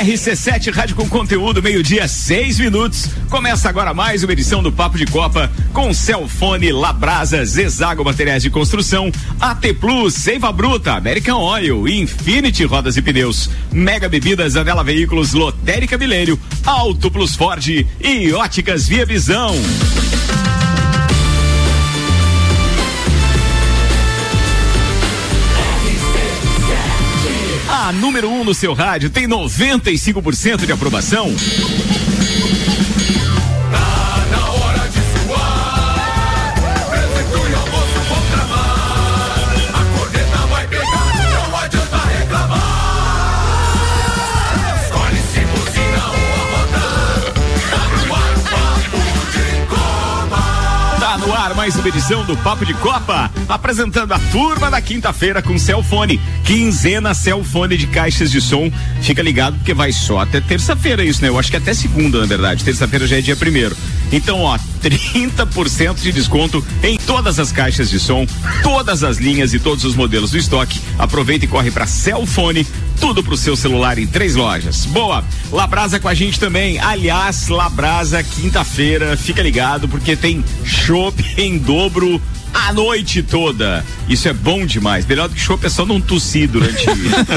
RC7 Rádio com conteúdo, 12:06. Começa agora mais uma edição do Papo de Copa com Celfone, Labrasa, Zezago Materiais de Construção, AT Plus, Seiva Bruta, American Oil, Infinity Rodas e Pneus, Mega Bebidas, Anela Veículos, Lotérica Milênio, Auto Plus Ford e Óticas Via Visão. A número 1 no seu rádio tem 95% de aprovação. Tá na hora de suar, prefeitura e almoço vão tramar, a corneta vai pegar, não adianta reclamar. Escolhe se buzina ou a roda, tá no ar o Papo de Copa. Tá no ar mais uma edição do Papo de Copa, apresentando a turma da quinta-feira com Celfone. Quinzena Celfone de caixas de som. Fica ligado porque vai só até terça-feira isso, né? Eu acho que até segunda, na verdade. Terça-feira já é dia 1º. Então, ó, 30% de desconto em todas as caixas de som, todas as linhas e todos os modelos do estoque. Aproveita e corre pra Celfone, tudo pro seu celular em 3 lojas. Boa! Labrasa com a gente também. Aliás, Labrasa, quinta-feira, fica ligado porque tem chopp em dobro a noite toda. Isso é bom demais. Melhor do que chopp é só não tossir durante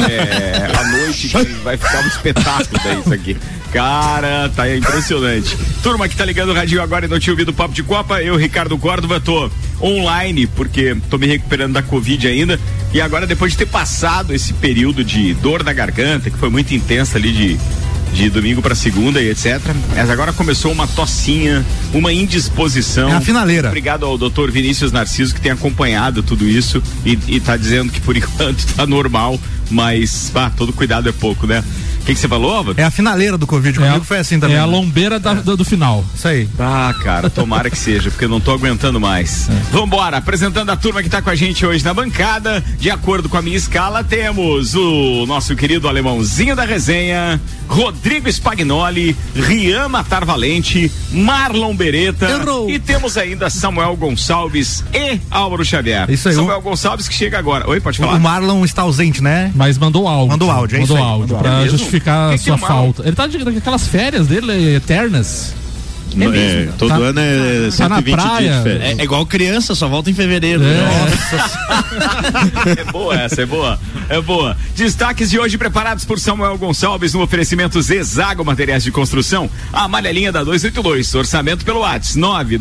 a noite, que vai ficar um espetáculo daí isso aqui. Cara, tá impressionante. Turma que tá ligando o radinho agora e não tinha ouvido o Papo de Copa, eu, Ricardo Córdova, tô online porque tô me recuperando da Covid ainda, e agora depois de ter passado esse período de dor na garganta, que foi muito intensa ali de domingo pra segunda e etc. Mas agora começou uma tossinha, uma indisposição. É a finaleira. Obrigado ao Dr. Vinícius Narciso, que tem acompanhado tudo isso e tá dizendo que por enquanto tá normal, mas todo cuidado é pouco, né? O que você falou, Álvaro? É a finaleira do Covid, comigo foi assim também. É a lombeira do final. Isso aí. Cara, tomara que seja, porque eu não tô aguentando mais. Vambora, apresentando a turma que tá com a gente hoje na bancada. De acordo com a minha escala, temos o nosso querido alemãozinho da resenha, Rodrigo Spagnoli, Rian Matar Valente, Marlon Beretta. Errou. E temos ainda Samuel Gonçalves e Álvaro Xavier. Isso aí. Samuel Gonçalves que chega agora. Oi, pode falar. O Marlon está ausente, né? Mas mandou áudio. Mandou áudio, é isso aí. Mandou áudio pra justificar a sua falta. Ele tá daquelas férias dele eternas. Todo ano é 120 praia, dias de férias. É igual criança, só volta em fevereiro. É boa essa, é boa. Destaques de hoje preparados por Samuel Gonçalves no oferecimento Zezago Materiais de Construção, a amarelinha da 282, orçamento pelo WhatsApp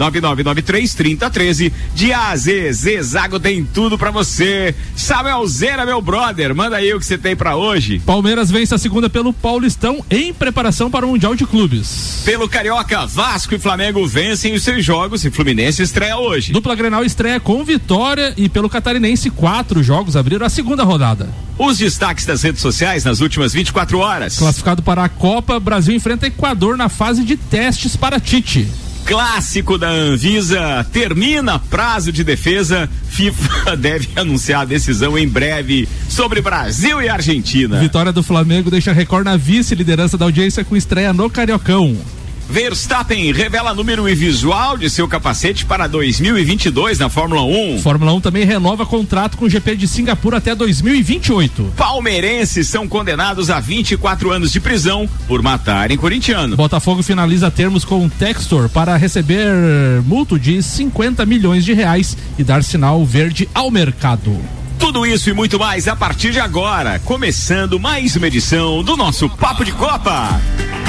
999933013. De A a Z, Zezago tem tudo pra você. Samuel Zera, meu brother, manda aí o que você tem pra hoje. Palmeiras vence a segunda pelo Paulistão em preparação para o Mundial de Clubes. Pelo Carioca, Vasco e Flamengo vencem os seus jogos e Fluminense estreia hoje. Dupla Grenal estreia com vitória e pelo Catarinense 4 jogos abriram a segunda rodada. Os destaques das redes sociais nas últimas 24 horas. Classificado para a Copa, Brasil enfrenta Equador na fase de testes para Tite. Clássico da Anvisa termina prazo de defesa. FIFA deve anunciar a decisão em breve sobre Brasil e Argentina. Vitória do Flamengo deixa Record na vice-liderança da audiência com estreia no Cariocão. Verstappen revela número e visual de seu capacete para 2022 na Fórmula 1. Fórmula 1 também renova contrato com o GP de Singapura até 2028. Palmeirenses são condenados a 24 anos de prisão por matarem corintiano. Botafogo finaliza termos com o Textor para receber multa de 50 milhões de reais e dar sinal verde ao mercado. Tudo isso e muito mais a partir de agora, começando mais uma edição do nosso Papo de Copa.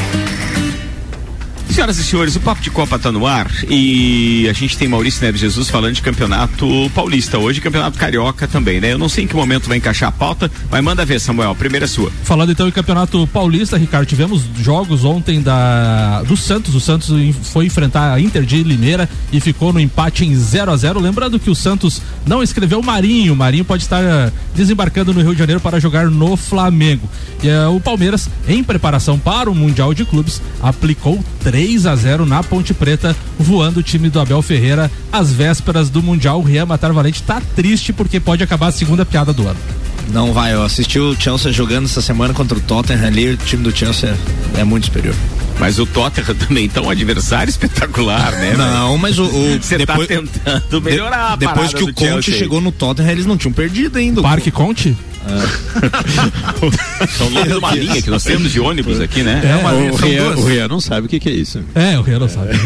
Senhoras e senhores, o Papo de Copa tá no ar e a gente tem Maurício Neves Jesus falando de campeonato paulista hoje, campeonato carioca também, né? Eu não sei em que momento vai encaixar a pauta, mas manda ver, Samuel, a primeira é sua. Falando então em campeonato paulista, Ricardo, tivemos jogos ontem do Santos. O Santos foi enfrentar a Inter de Limeira e ficou no empate em 0-0. Lembrando que o Santos não escreveu o Marinho pode estar desembarcando no Rio de Janeiro para jogar no Flamengo. E o Palmeiras, em preparação para o Mundial de Clubes, aplicou 3-0 na Ponte Preta, voando o time do Abel Ferreira às vésperas do Mundial. O Rian Matar Valente tá triste porque pode acabar a segunda piada do ano. Não vai, eu assisti o Chelsea jogando essa semana contra o Tottenham ali, o time do Chelsea é muito superior. Mas o Tottenham também tá um adversário espetacular, né? Não, mas você depois, tá tentando melhorar a depois que o Conte chegou no Tottenham, eles não tinham perdido ainda. Parque Conte? São nomes de uma linha que nós temos de ônibus aqui, né? O Rian não sabe o que é isso. O Rian não sabe.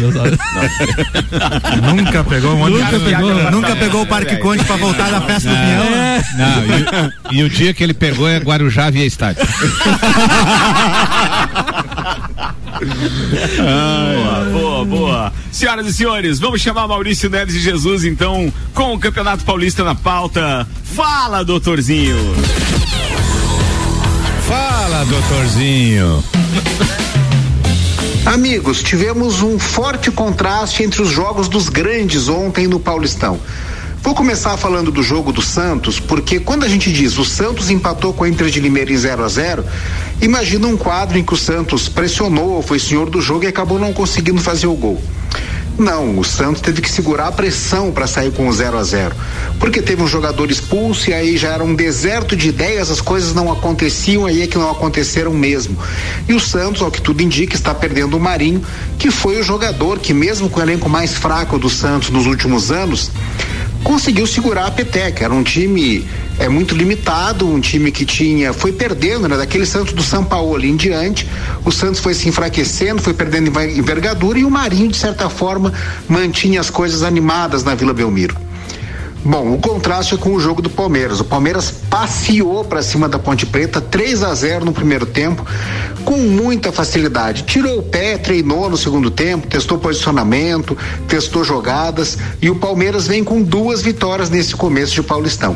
Nunca pegou um ônibus. Nunca pegou o Parque Conde pra voltar da festa do Pinhão. Não, e o dia que ele pegou é Guarujá via estádio. Boa. Senhoras e senhores, vamos chamar Maurício Neves de Jesus, então, com o Campeonato Paulista na pauta. Fala, doutorzinho. Fala, doutorzinho. Amigos, tivemos um forte contraste entre os jogos dos grandes ontem no Paulistão. Vou começar falando do jogo do Santos, porque quando a gente diz o Santos empatou com a Inter de Limeira em 0-0, imagina um quadro em que o Santos pressionou, foi senhor do jogo e acabou não conseguindo fazer o gol. Não, o Santos teve que segurar a pressão para sair com o 0-0, porque teve um jogador expulso e aí já era um deserto de ideias, as coisas não aconteciam, aí é que não aconteceram mesmo. E o Santos, ao que tudo indica, está perdendo o Marinho, que foi o jogador que, mesmo com o elenco mais fraco do Santos nos últimos anos, conseguiu segurar a peteca. Era um time muito limitado, um time que foi perdendo, né? Daquele Santos do Sampaoli em diante, o Santos foi se enfraquecendo, foi perdendo envergadura, e o Marinho, de certa forma, mantinha as coisas animadas na Vila Belmiro. Bom, o contraste é com o jogo do Palmeiras. O Palmeiras passeou para cima da Ponte Preta, 3-0 no primeiro tempo, com muita facilidade. Tirou o pé, treinou no segundo tempo, testou posicionamento, testou jogadas, e o Palmeiras vem com 2 vitórias nesse começo de Paulistão.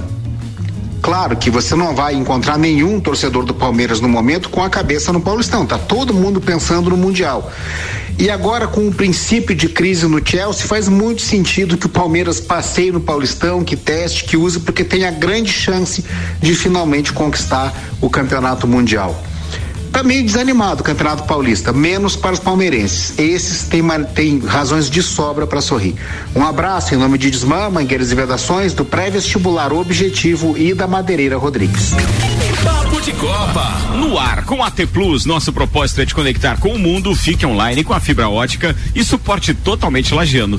Claro que você não vai encontrar nenhum torcedor do Palmeiras no momento com a cabeça no Paulistão, tá todo mundo pensando no Mundial. E agora, com o princípio de crise no Chelsea, faz muito sentido que o Palmeiras passeie no Paulistão, que teste, que use, porque tem a grande chance de finalmente conquistar o Campeonato Mundial. Tá meio desanimado o Campeonato Paulista, menos para os palmeirenses. Esses têm razões de sobra para sorrir. Um abraço em nome de Desmã, Mangueiras e Vedações, do Pré-Vestibular Objetivo e da Madeireira Rodrigues. Papo de Copa, no ar com a AT Plus. Nosso propósito é te conectar com o mundo. Fique online com a fibra ótica e suporte totalmente lajeano.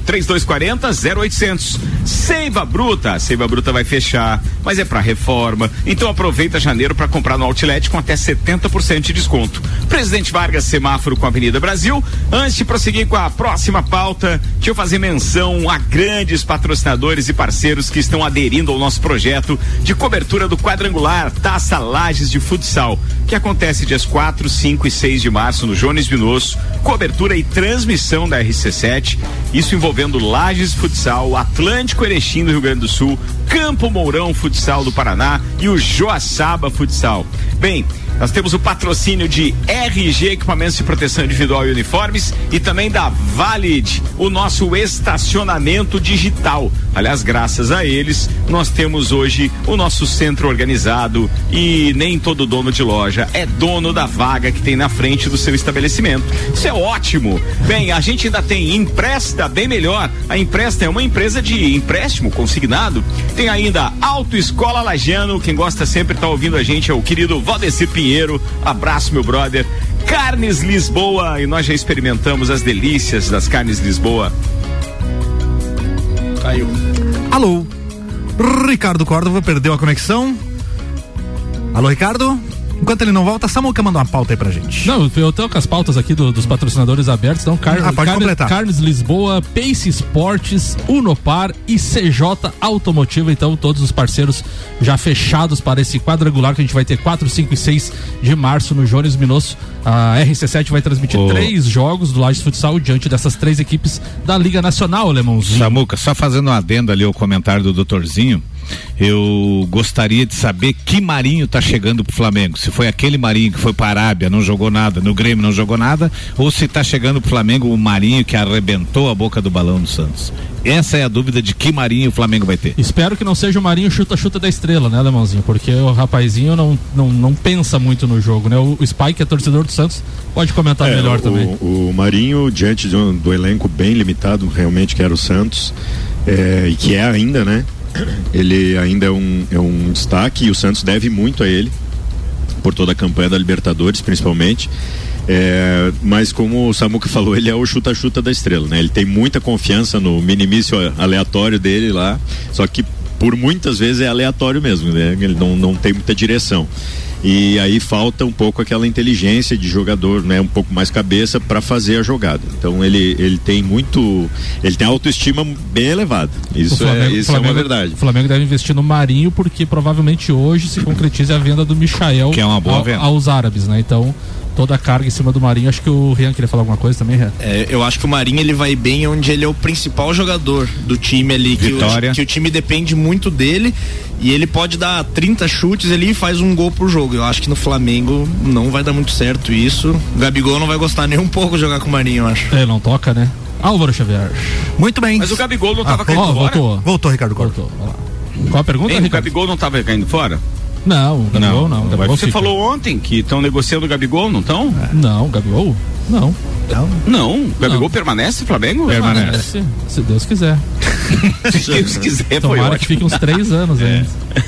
3240-0800. Seiva Bruta vai fechar, mas é para reforma. Então aproveita janeiro para comprar no Outlet com até 70% de desconto. Presidente Vargas, semáforo com a Avenida Brasil. Antes de prosseguir com a próxima pauta, deixa eu fazer menção a grandes patrocinadores e parceiros que estão aderindo ao nosso projeto de cobertura do quadrangular Taça Lages de Futsal, que acontece dias 4, 5 e 6 de março no Jones Minosso, cobertura e transmissão da RC7, isso envolvendo Lages Futsal, Atlântico Erechim do Rio Grande do Sul, Campo Mourão Futsal do Paraná e o Joaçaba Futsal. Bem, nós temos o patrocínio de RG Equipamentos de Proteção Individual e Uniformes e também da Valid, o nosso estacionamento digital. Aliás, graças a eles, nós temos hoje o nosso centro organizado e nem todo dono de loja é dono da vaga que tem na frente do seu estabelecimento. Isso é ótimo. Bem, a gente ainda tem Empresta, bem melhor. A Empresta é uma empresa de empréstimo consignado. Tem ainda Autoescola Lagiano, quem gosta sempre tá ouvindo a gente é o querido Valdecir Pinheiro. Abraço, meu brother. Carnes Lisboa, e nós já experimentamos as delícias das Carnes Lisboa. Caiu. Alô, Ricardo Córdova perdeu a conexão. Alô, Ricardo? Enquanto ele não volta, Samuca mandou uma pauta aí pra gente. Não, eu tenho com as pautas aqui dos patrocinadores abertos. Então, pode completar. Carnes Lisboa, Pace Esportes, Unopar e CJ Automotiva. Então, todos os parceiros já fechados para esse quadrangular que a gente vai ter 4, 5 e 6 de março no Jones Minosso. A RC7 vai transmitir 3 jogos do Lages Futsal diante dessas 3 equipes da Liga Nacional, Alemãozinho. Samuca, só fazendo um adendo ali ao comentário do doutorzinho, eu gostaria de saber que Marinho tá chegando pro Flamengo. Se foi aquele Marinho que foi pra Arábia, não jogou nada, no Grêmio não jogou nada, ou se tá chegando pro Flamengo o Marinho que arrebentou a boca do balão do Santos. Essa é a dúvida de que Marinho o Flamengo vai ter. Espero que não seja o Marinho chuta-chuta da estrela, né, Alemãozinho? Porque o rapazinho não pensa muito no jogo, né? O Spike, que é torcedor do Santos, pode comentar melhor também. O Marinho, diante do elenco bem limitado, realmente, que era o Santos, e que é ainda, né? Ele ainda é um destaque e o Santos deve muito a ele, por toda a campanha da Libertadores, principalmente. Mas como o Samuca falou, ele é o chuta-chuta da estrela, né? Ele tem muita confiança no minimício aleatório dele lá, só que por muitas vezes é aleatório mesmo, né? Ele não tem muita direção. E aí falta um pouco aquela inteligência de jogador, né? Um pouco mais cabeça para fazer a jogada. Então ele tem autoestima bem elevada. Isso é uma verdade. O Flamengo deve investir no Marinho porque provavelmente hoje se concretize a venda do Michael, que é uma boa venda, aos árabes, né? Então toda a carga em cima do Marinho. Acho que o Rian queria falar alguma coisa também, Rian. Eu acho que o Marinho ele vai bem onde ele é o principal jogador do time ali, que o time depende muito dele, e ele pode dar 30 chutes ali e faz um gol pro jogo. Eu acho que no Flamengo não vai dar muito certo isso. O Gabigol não vai gostar nem um pouco de jogar com o Marinho, eu acho. Não toca, né? Álvaro Xavier. Muito bem. Mas o Gabigol não tava caindo fora? Voltou, Ricardo Corto. Qual a pergunta, Ricardo? O Gabigol não tava caindo fora? Não, o Gabigol não. Você falou ontem que estão negociando o Gabigol, não estão? Não, o Gabigol? Não. O Gabigol permanece no Flamengo? Permanece, se Deus quiser. Se Deus quiser, foi Tomara que fique uns 3 anos ainda.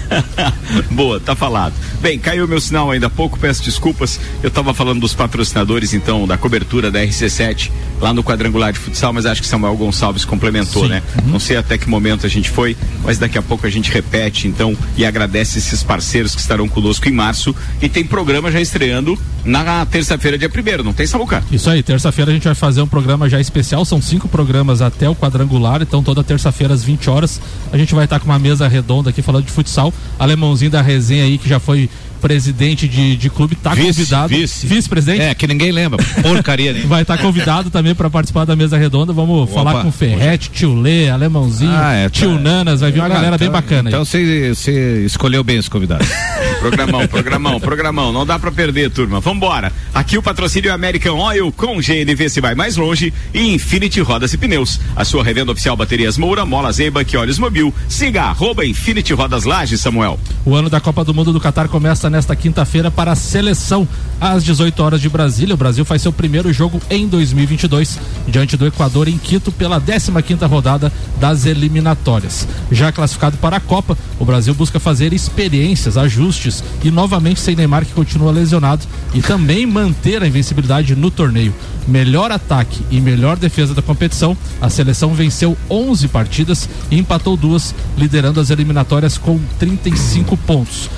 Boa, tá falado. Bem, caiu meu sinal ainda há pouco, peço desculpas. Eu tava falando dos patrocinadores, então, da cobertura da RC7 lá no quadrangular de futsal, mas acho que Samuel Gonçalves complementou, né? Não sei até que momento a gente foi, mas daqui a pouco a gente repete, então, e agradece esses parceiros que estarão conosco em março. E tem programa já estreando na terça-feira, dia 1º, não tem, Samuca? Isso aí, terça-feira a gente vai fazer um programa já especial, são 5 programas até o quadrangular, então toda terça-feira às 20 horas a gente vai estar com uma mesa redonda aqui falando de futsal. Alemãozinho da resenha aí, que já foi presidente de clube, tá convidado. Vice-presidente? Que ninguém lembra. Porcaria, né? Vai estar convidado também para participar da mesa redonda. Vamos falar com o Ferretti, tio Lê, Alemãozinho, tio Nanas. Vai vir uma galera bem bacana. Então você escolheu bem esse convidado. Programão. Não dá pra perder, turma. Vambora. Aqui o patrocínio American Oil com GNV se vai mais longe e Infinity Rodas e Pneus. A sua revenda oficial Baterias Moura, Mola Zeiba, que Olhos Mobil. Siga @Infinity Rodas Lages, Samuel. O ano da Copa do Mundo do Catar começa nesta quinta-feira para a seleção às 18 horas de Brasília. O Brasil faz seu primeiro jogo em 2022 diante do Equador em Quito pela 15ª rodada das eliminatórias. Já classificado para a Copa, o Brasil busca fazer experiências, ajustes e novamente sem Neymar, que continua lesionado, e também manter a invencibilidade no torneio. Melhor ataque e melhor defesa da competição, a seleção venceu 11 partidas e empatou 2, liderando as eliminatórias com 35 pontos.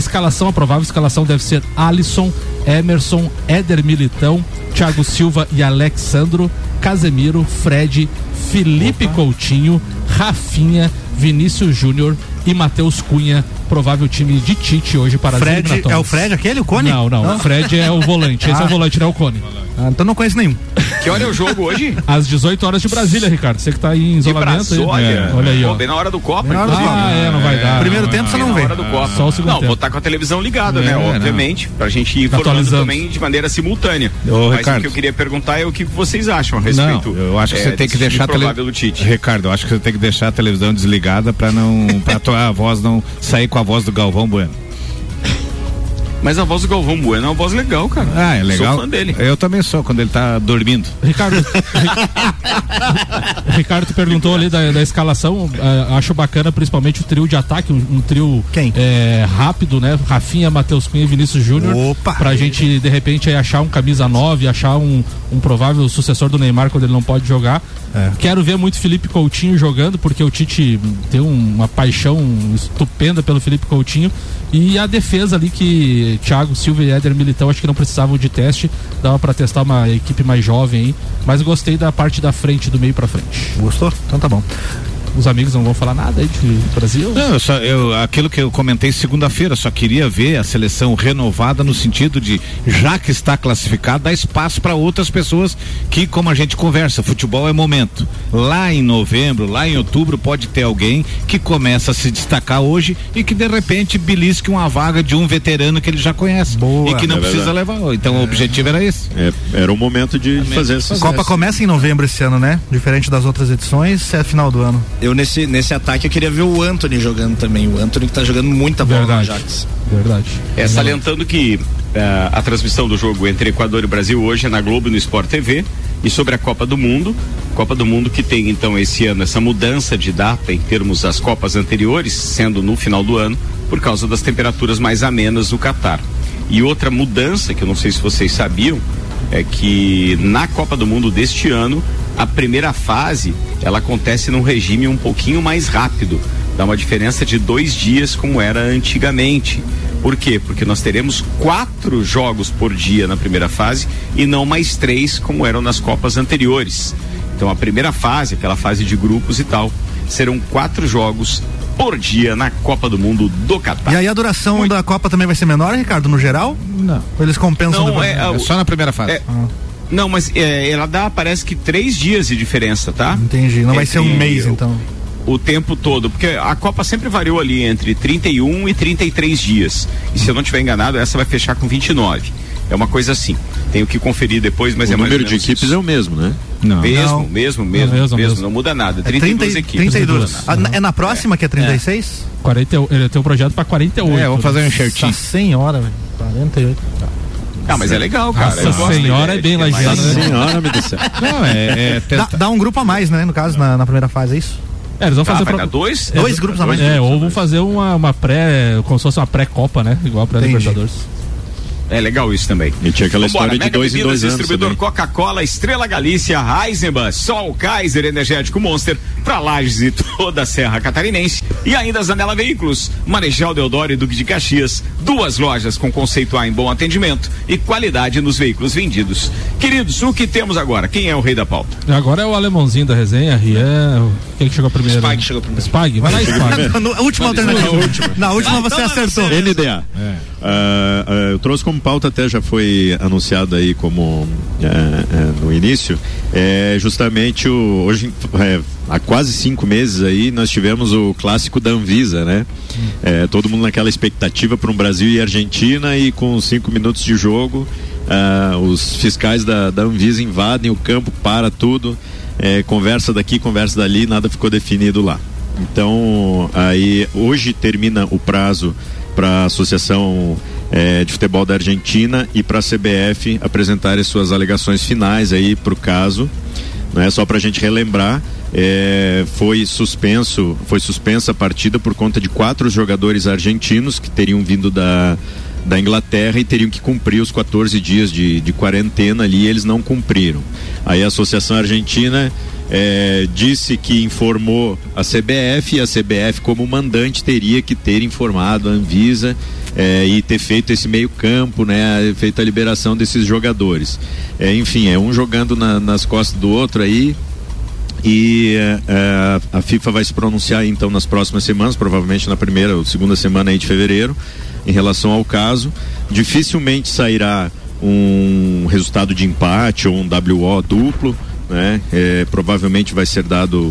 A provável escalação deve ser Alisson, Emerson, Éder Militão, Thiago Silva e Alexandro, Casemiro, Fred, Felipe Coutinho, Rafinha, Vinícius Júnior e Matheus Cunha. Provável time de Tite hoje para as eliminatórias. É o Fred aquele, o Cone? Não. O Fred é o volante. Esse é o volante, não é o Cone. Então não conheço nenhum. Que hora é o jogo hoje? Às 18 horas de Brasília, Ricardo. Você que tá aí em isolamento. Olha aí, ó. Bem na hora do Copa. Não vai dar. Primeiro tempo você não vê. Só o segundo tempo. Vou estar com a televisão ligada, né? Obviamente, pra gente ir informando também de maneira simultânea. Mas Ricardo, o que eu queria perguntar é o que vocês acham a respeito. Eu acho que você tem que deixar Ricardo, eu acho que você tem que deixar a televisão desligada pra a tua voz não sair com a voz do Galvão Bueno. Mas a voz do Galvão Bueno é uma voz legal, cara. É legal. Sou fã dele. Eu também sou, quando ele tá dormindo. Ricardo perguntou ali da escalação. Acho bacana, principalmente o trio de ataque, um trio rápido, né? Rafinha, Matheus Cunha e Vinícius Júnior. Pra gente, de repente, achar um camisa 9, achar um provável sucessor do Neymar quando ele não pode jogar. Quero ver muito Felipe Coutinho jogando, porque o Tite tem uma paixão estupenda pelo Felipe Coutinho. E a defesa ali, que Thiago Silva e Éder Militão acho que não precisavam de teste, dava pra testar uma equipe mais jovem aí, mas gostei da parte da frente, do meio pra frente. Gostou? Então tá bom. Os amigos não vão falar nada aí de Brasil? Não, aquilo que eu comentei segunda-feira, só queria ver a seleção renovada no sentido de, já que está classificado, dar espaço para outras pessoas que, como a gente conversa, futebol é momento. Lá em novembro, lá em outubro, pode ter alguém que começa a se destacar hoje e que de repente belisque uma vaga de um veterano que ele já conhece. Boa. E que não precisa levar. Então o objetivo era esse. Era o momento de fazer essa. A Copa começa em novembro esse ano, né? Diferente das outras edições, é final do ano. Eu nesse ataque eu queria ver o Antony jogando também. O Antony que tá jogando muita bola no Ajax. Verdade. Salientando que a transmissão do jogo entre Equador e Brasil hoje é na Globo, no Sport TV. E sobre a Copa do Mundo que tem então esse ano essa mudança de data em termos das Copas anteriores, sendo no final do ano, por causa das temperaturas mais amenas no Catar. E outra mudança, que eu não sei se vocês sabiam, é que na Copa do Mundo deste ano, a primeira fase, ela acontece num regime um pouquinho mais rápido, Dá uma diferença de 2 dias como era antigamente. Por quê? Porque nós teremos 4 jogos por dia na primeira fase e não mais 3 como eram nas Copas anteriores. Então a primeira fase, aquela fase de grupos e tal, serão 4 jogos por dia na Copa do Mundo do Catar. E aí a duração da Copa também vai ser menor, Ricardo, no geral? Não. Ou eles compensam? Não, É só na primeira fase. Não, mas ela dá, parece que 3 dias de diferença, tá? Entendi, não vai ser um mês então. O tempo todo, porque a Copa sempre variou ali entre 31 e 33 dias. E se eu não estiver enganado, essa vai fechar com 29. É uma coisa assim. Tenho que conferir depois, mas o número de equipes isso. É o mesmo, né? Não. Mesmo. Não muda nada. 32 equipes. 32. É na próxima que é 36? 40, ele tem um projeto para 48. Vamos fazer um enxertinho. Nossa senhora, velho. 48. Mas é legal, cara. Nossa senhora é bem lajeada, né? Senhora, me disse. Não, dá um grupo a mais, né? No caso, na primeira fase, é isso? Eles vão fazer vai dar 2 grupos a mais. Ou vão fazer uma pré, como se fosse uma pré-copa, né? Igual a pré-Libertadores. É legal isso também. E tinha aquela história de 2 em 2 anos. Distribuidor Coca-Cola, Estrela Galícia, Eisenbahn, Sol, Kaiser, Energético Monster, pra Lages e toda a Serra Catarinense. E ainda Zanela Veículos, Marechal Deodoro e Duque de Caxias. 2 lojas com conceito A em bom atendimento e qualidade nos veículos vendidos. Queridos, o que temos agora? Quem é o rei da pauta? Agora é o alemãozinho da resenha, Rian. Quem que chegou primeiro? Spag chegou primeiro. Spag? Vai lá, Spag. Última alternativa. Na última você acertou. NDA. Eu trouxe como pauta, até já foi anunciado aí como no início, justamente hoje, há quase 5 meses aí, nós tivemos o clássico da Anvisa, né? Todo mundo naquela expectativa para um Brasil e Argentina, e com 5 minutos de jogo, os fiscais da Anvisa invadem o campo, para tudo, conversa daqui, conversa dali, nada ficou definido lá. Então, aí hoje termina o prazo para a Associação de Futebol da Argentina e para a CBF apresentarem suas alegações finais aí para o caso, né? Só para a gente relembrar, foi suspensa a partida por conta de 4 jogadores argentinos que teriam vindo da Inglaterra e teriam que cumprir os 14 dias de quarentena ali, e eles não cumpriram. Aí a Associação Argentina disse que informou a CBF, e a CBF, como mandante, teria que ter informado a Anvisa e ter feito esse meio campo, né, feito a liberação desses jogadores. Enfim, um jogando nas costas do outro aí. E a FIFA vai se pronunciar então nas próximas semanas, provavelmente na primeira ou segunda semana aí de fevereiro, em relação ao caso. Dificilmente sairá um resultado de empate ou um WO duplo, né? Provavelmente vai ser dado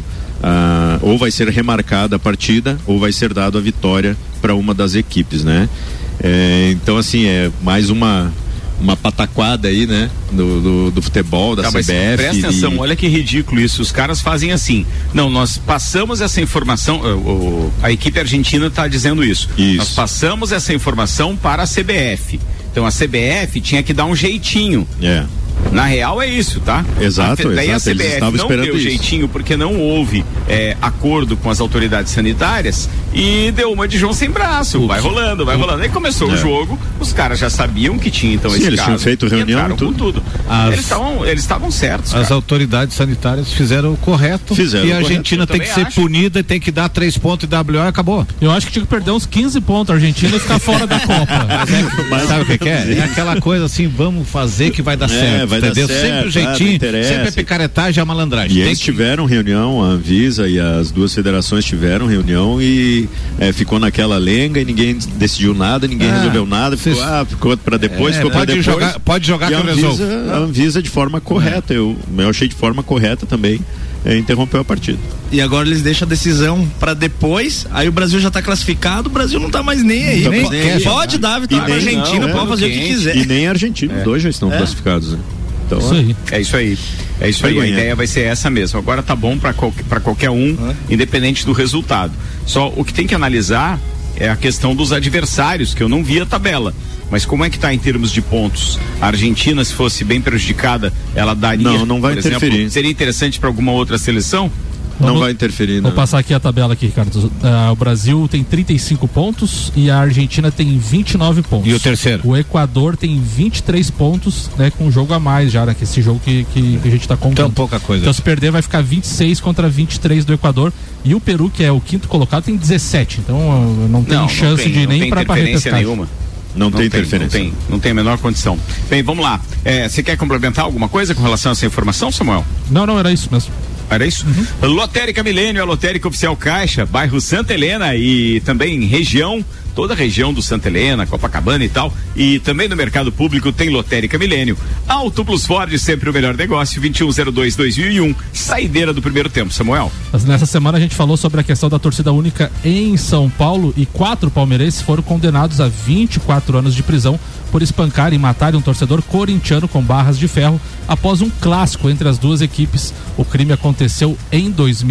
ou vai ser remarcada a partida, ou vai ser dado a vitória para uma das equipes, né? Então, assim, mais uma pataquada aí, né? Do futebol, da CBF. Presta atenção, olha que ridículo isso. Os caras fazem assim. Não, nós passamos essa informação. A equipe argentina está dizendo isso. Nós passamos essa informação para a CBF. Então a CBF tinha que dar um jeitinho. Na real é isso, tá? Exato. Daí a CBF não deu jeitinho porque não houve acordo com as autoridades sanitárias e deu uma de João sem braço. Vai rolando. Aí começou o jogo, os caras já sabiam que tinha então esse eles caso. Tinham feito reunião e tudo. Eles estavam certos. As autoridades sanitárias fizeram o correto. E a Argentina tem que ser punida e tem que dar 3 pontos de WO e acabou. Eu acho que tinha que perder uns 15 pontos a Argentina e ficar fora da Copa. Mas sabe o que é? É aquela coisa assim, vamos fazer que vai dar certo. Entendeu? Certo, sempre o jeitinho, sempre a picaretagem e a malandragem. E eles tiveram reunião, a Anvisa e as 2 federações tiveram reunião e ficou naquela lenga e ninguém decidiu nada, ninguém resolveu nada, ficou para depois, pode jogar que eu resolvo. A Anvisa de forma correta, eu achei de forma correta também, interrompeu a partida. E agora eles deixam a decisão pra depois, aí o Brasil já tá classificado, o Brasil não tá mais nem aí. Pode dar a vitória pra Argentina, pode fazer o que quiser. E nem a Argentina, os 2 já estão classificados, né? Então, é isso aí. A ideia vai ser essa mesmo. Agora tá bom para qualquer um, independente do resultado. Só o que tem que analisar é a questão dos adversários, que eu não vi a tabela. Mas como é que tá em termos de pontos? A Argentina, se fosse bem prejudicada, ela daria. Não vai interferir. Seria interessante para alguma outra seleção? Não vai interferir, né? Vou passar aqui a tabela aqui, Ricardo. O Brasil tem 35 pontos e a Argentina tem 29 pontos. E o terceiro? O Equador tem 23 pontos, né, com um jogo a mais já, né, que esse jogo que a gente tá contando. Então pouca coisa. Então se perder vai ficar 26 contra 23 do Equador, e o Peru, que é o quinto colocado, tem 17. Então não tem chance de nem para repescagem nenhuma. Não tem interferência. Não tem a menor condição. Bem, vamos lá. Você quer complementar alguma coisa com relação a essa informação, Samuel? Não, era isso mesmo. Era isso? Uhum. Lotérica Milênio, a lotérica oficial Caixa, bairro Santa Helena e também região, toda a região do Santa Helena, Copacabana e tal, e também no mercado público tem Lotérica Milênio. Auto Plus Ford, sempre o melhor negócio, 2102-2001, saideira do primeiro tempo, Samuel. Mas nessa semana a gente falou sobre a questão da torcida única em São Paulo, e 4 palmeirenses foram condenados a 24 anos de prisão por espancar e matar um torcedor corintiano com barras de ferro após um clássico entre as duas equipes. O crime aconteceu em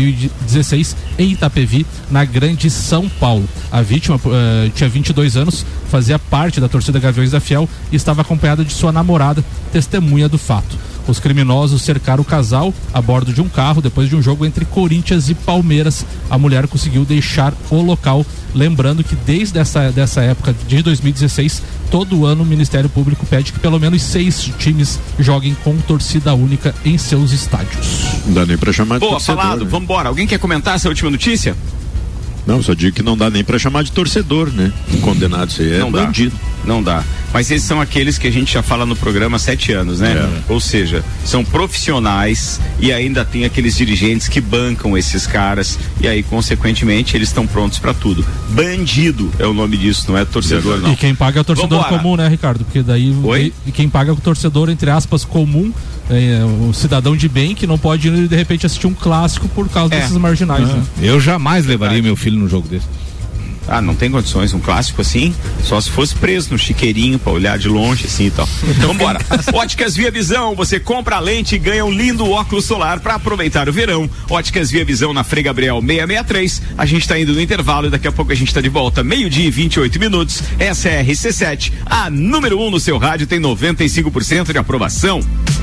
2016 em Itapevi, na Grande São Paulo. A vítima tinha 22 anos, fazia parte da torcida Gaviões da Fiel e estava acompanhada de sua namorada, testemunha do fato. Os criminosos cercaram o casal a bordo de um carro depois de um jogo entre Corinthians e Palmeiras. A mulher conseguiu deixar o local. Lembrando que desde dessa época de 2016, todo ano o Ministério Público pede que pelo menos 6 times joguem com torcida única em seus estádios. Não dá nem pra chamar de torcedor. Boa, falado. Né? Vambora. Alguém quer comentar essa última notícia? Não, só digo que não dá nem pra chamar de torcedor, né? Condenado, isso aí é bandido. Não dá. Mas esses são aqueles que a gente já fala no programa há 7 anos, né? Ou seja, são profissionais e ainda tem aqueles dirigentes que bancam esses caras e aí, consequentemente, eles estão prontos pra tudo. Bandido é o nome disso, não é torcedor, não. E quem paga é o torcedor comum, né, Ricardo? Porque daí e quem paga é o torcedor, entre aspas, comum, o cidadão de bem que não pode de repente assistir um clássico por causa desses marginais, né? Eu jamais levaria meu filho num jogo desse. Não tem condições, um clássico assim, só se fosse preso no chiqueirinho pra olhar de longe assim e tal. Então vambora. Óticas Via Visão, você compra a lente e ganha um lindo óculos solar pra aproveitar o verão. Óticas Via Visão na Frei Gabriel 663. A gente tá indo no intervalo e daqui a pouco a gente tá de volta, 12:28. Essa é a RC7, a número 1 no seu rádio, tem 95% de aprovação.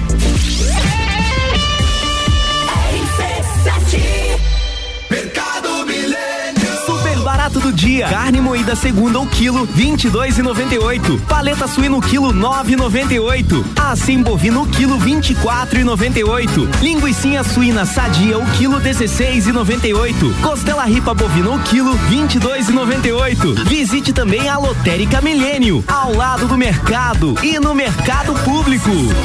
Barato do dia. Carne moída segunda o quilo, 22,98. Paleta suína o quilo, 9,98. Assim bovino o quilo, 24,98. Linguicinha suína sadia o quilo, 16,98. Costela ripa bovina o quilo, 22,98. Visite também a Lotérica Milênio, ao lado do mercado e no mercado público.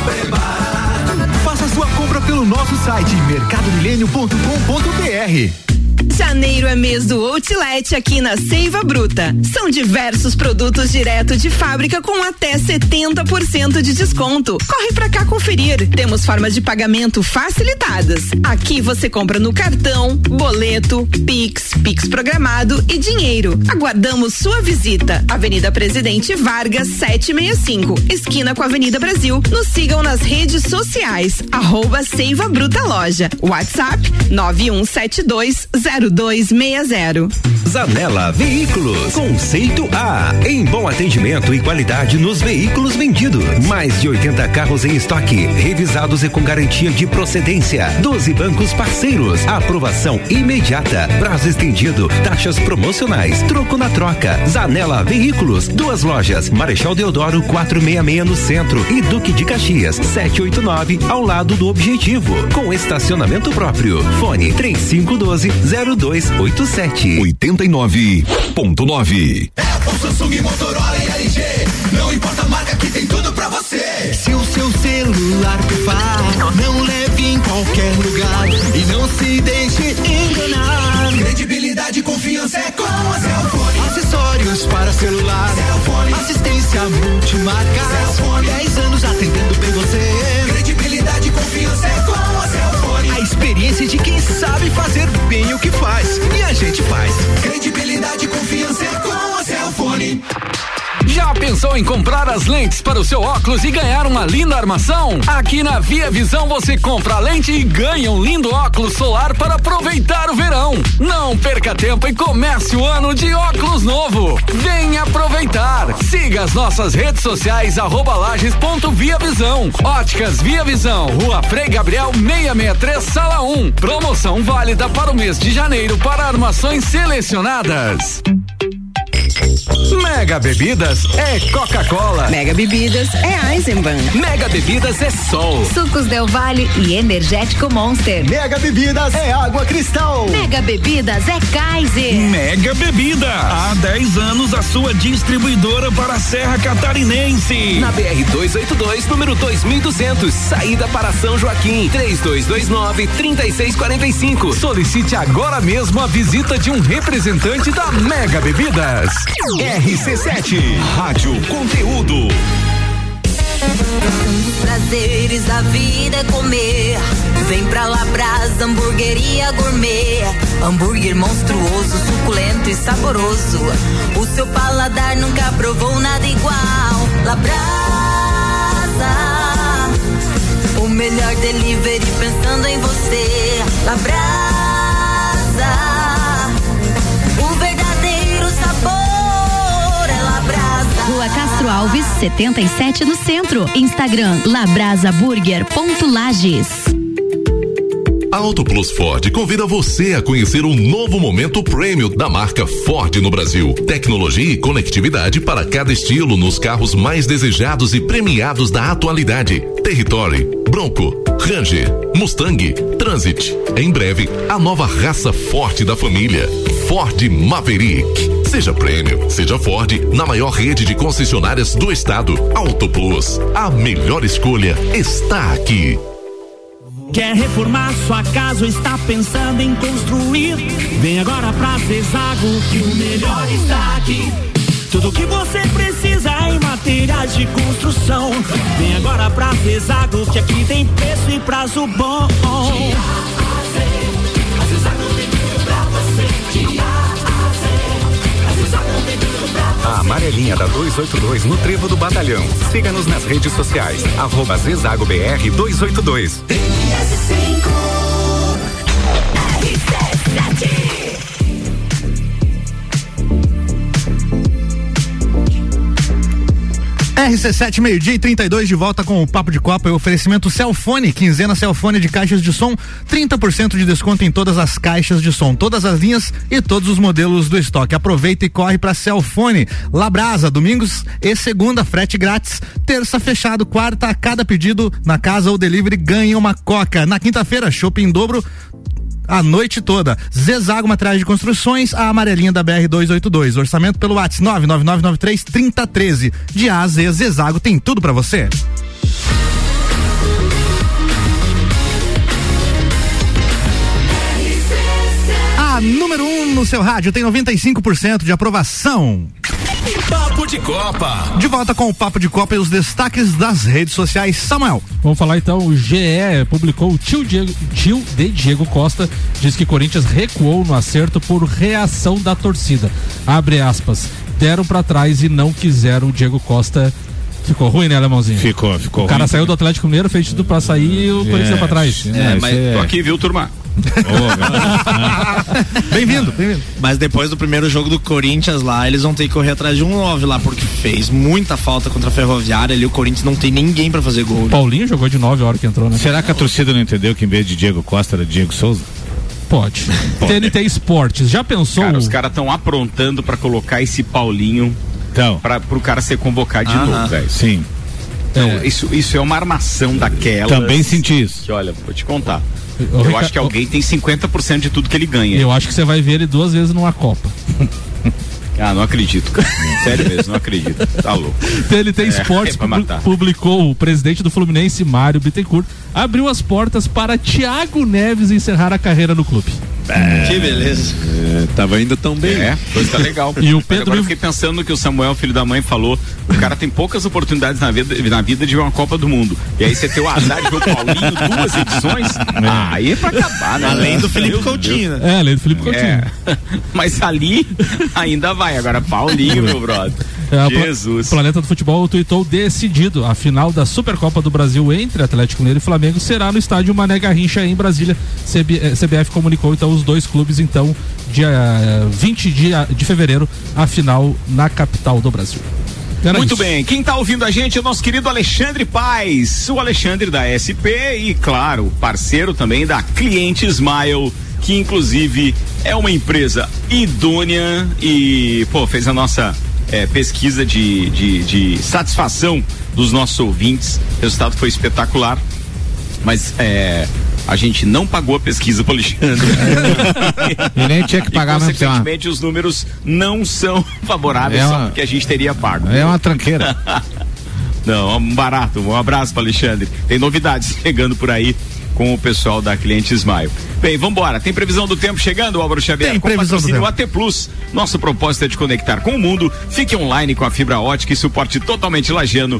Faça sua compra pelo nosso site mercadomilênio.com.br. Janeiro é mês do Outlet aqui na Seiva Bruta. São diversos produtos direto de fábrica com até 70% de desconto. Corre pra cá conferir. Temos formas de pagamento facilitadas. Aqui você compra no cartão, boleto, Pix programado e dinheiro. Aguardamos sua visita. Avenida Presidente Vargas 765, esquina com a Avenida Brasil. Nos sigam nas redes sociais, @Seiva Bruta Loja. WhatsApp 91720260. Zanela Veículos, conceito A, em bom atendimento e qualidade nos veículos vendidos. Mais de 80 carros em estoque, revisados e com garantia de procedência. 12 bancos parceiros, aprovação imediata, prazo estendido, taxas promocionais, troco na troca. Zanela Veículos, 2 lojas, Marechal Deodoro 466 no centro e Duque de Caxias 789 ao lado do Objetivo, com estacionamento próprio. Fone 3512-0287. 89.9. É o Samsung, Motorola e LG. Não importa a marca, que tem tudo pra você. Se o seu celular pifar, não leve em qualquer lugar e não se deixe enganar. Credibilidade e confiança é com a Cellfone. Acessórios para celular, Cellfone. Assistência multimarca, Cellfone. 10 anos atendendo bem você. Credibilidade e confiança é com a Cellfone. A experiência de quem sabe fazer bem o que faz. E a gente faz. Credibilidade e confiança é com a Cellfone. Já pensou pensou em comprar as lentes para o seu óculos e ganhar uma linda armação? Aqui na Via Visão você compra a lente e ganha um lindo óculos solar para aproveitar o verão. Não perca tempo e comece o ano de óculos novo. Venha aproveitar. Siga as nossas redes sociais @lages.viavisão. Óticas Via Visão, Rua Frei Gabriel 663, Sala 1. Promoção válida para o mês de janeiro para armações selecionadas. Mega Bebidas é Coca-Cola. Mega Bebidas é Eisenbahn. Mega Bebidas é Sol. Sucos Del Valle e Energético Monster. Mega Bebidas é Água Cristal. Mega Bebidas é Kaiser. Mega Bebida, há 10 anos a sua distribuidora para a Serra Catarinense. Na BR-282, número 2200, saída para São Joaquim, 3229-3645. Solicite agora mesmo a visita de um representante da Mega Bebidas. RC7, Rádio Conteúdo. Um dos prazeres da vida é comer. Vem pra Labrasa, hamburgueria gourmet. Hambúrguer monstruoso, suculento e saboroso. O seu paladar nunca provou nada igual. Labrasa, o melhor delivery pensando em você. Labrasa, o verdadeiro sabor. Rua Castro Alves, 77 no centro. Instagram labrasaburger.lages. A Auto Plus Ford convida você a conhecer o novo momento premium da marca Ford no Brasil. Tecnologia e conectividade para cada estilo nos carros mais desejados e premiados da atualidade. Territory, Bronco, Ranger, Mustang, Transit. Em breve, a nova raça forte da família, Ford Maverick. Seja Premium, seja Ford, na maior rede de concessionárias do estado. Auto Plus, a melhor escolha está aqui. Quer reformar sua casa ou está pensando em construir? Vem agora pra Zezago que o melhor está aqui. Tudo que você precisa em materiais de construção. Vem agora pra Zezago que aqui tem preço e prazo bom. A Zezago tem tudo pra você. A amarelinha da 282 no Trevo do Batalhão. Siga-nos nas redes sociais. @ZezagoBR 282. RC7, meio-dia e 32, de volta com o Papo de Copa e oferecimento Celfone, quinzena Celfone de caixas de som, 30% de desconto em todas as caixas de som, todas as linhas e todos os modelos do estoque. Aproveita e corre pra Celfone. Labrasa, domingos e segunda, frete grátis, terça fechado, quarta, a cada pedido na casa ou delivery ganha uma coca. Na quinta-feira, shopping em dobro a noite toda. Zezago Materiais de Construções, a amarelinha da BR-282. Orçamento pelo WhatsApp 99993-3013. De A a Z, Zezago tem tudo pra você. A número 1 no seu rádio tem 95% de aprovação. Papo de Copa. De volta com o Papo de Copa e os destaques das redes sociais. Samuel. Vamos falar então, o GE publicou o tio de Diego Costa, diz que Corinthians recuou no acerto por reação da torcida. Abre aspas, deram pra trás e não quiseram o Diego Costa. Ficou ruim, né, Alemãozinho? Ficou O cara ruim, saiu do Atlético Mineiro, fez tudo pra sair e o Corinthians deu pra trás. Tô aqui, viu, turma? Bem-vindo. Mas depois do primeiro jogo do Corinthians lá, eles vão ter que correr atrás de um 9 lá, porque fez muita falta contra a Ferroviária ali, o Corinthians não tem ninguém pra fazer gol. Paulinho jogou de 9 a hora que entrou, né? Será que a torcida não entendeu que em vez de Diego Costa era Diego Souza? Pode. TNT Esportes, já pensou? Cara, os caras estão aprontando pra colocar esse Paulinho pro cara ser convocado de novo, velho. Sim. Então, isso é uma armação daquela. Também senti isso. Que, olha, vou te contar. Eu acho que alguém tem 50% de tudo que ele ganha. Eu acho que você vai ver ele 2 vezes numa Copa. Não acredito, cara. Sério mesmo, não acredito. Tá louco. TNT Esportes publicou, o presidente do Fluminense, Mário Bittencourt, abriu as portas para Thiago Neves encerrar a carreira no clube. Que beleza. Tava indo tão bem. Coisa tá legal. E o Pedro... Agora eu fiquei pensando no que o Samuel, filho da mãe, falou. O cara tem poucas oportunidades na vida de ver uma Copa do Mundo. E aí você tem o azar de ver o Paulinho 2 edições. Aí é pra acabar, né? Além do Felipe Coutinho, né? Além do Felipe Coutinho. Mas ali ainda vai. Agora Paulinho, meu brother. Jesus. O Planeta do Futebol tweetou decidido. A final da Supercopa do Brasil entre Atlético Mineiro e Flamengo será no estádio Mané Garrincha em Brasília. CBF comunicou então os dois clubes, então, dia 20 de fevereiro, a final na capital do Brasil. Muito bem, quem tá ouvindo a gente é o nosso querido Alexandre Paes, o Alexandre da SP e, claro, parceiro também da Cliente Smile, que inclusive é uma empresa idônea e, fez a nossa pesquisa de satisfação dos nossos ouvintes. O resultado foi espetacular, mas a gente não pagou a pesquisa pro Alexandre. E nem tinha que pagar, mesmo. Consequentemente, os números não são favoráveis, só porque a gente teria pago. É uma tranqueira. Não, um barato. Um abraço pro Alexandre. Tem novidades chegando por aí com o pessoal da Cliente Smile. Bem, vambora. Tem previsão do tempo chegando, Álvaro Xavier? Tem previsão do tempo. AT Plus. Nosso propósito é de conectar com o mundo. Fique online com a fibra ótica e suporte totalmente lagiano.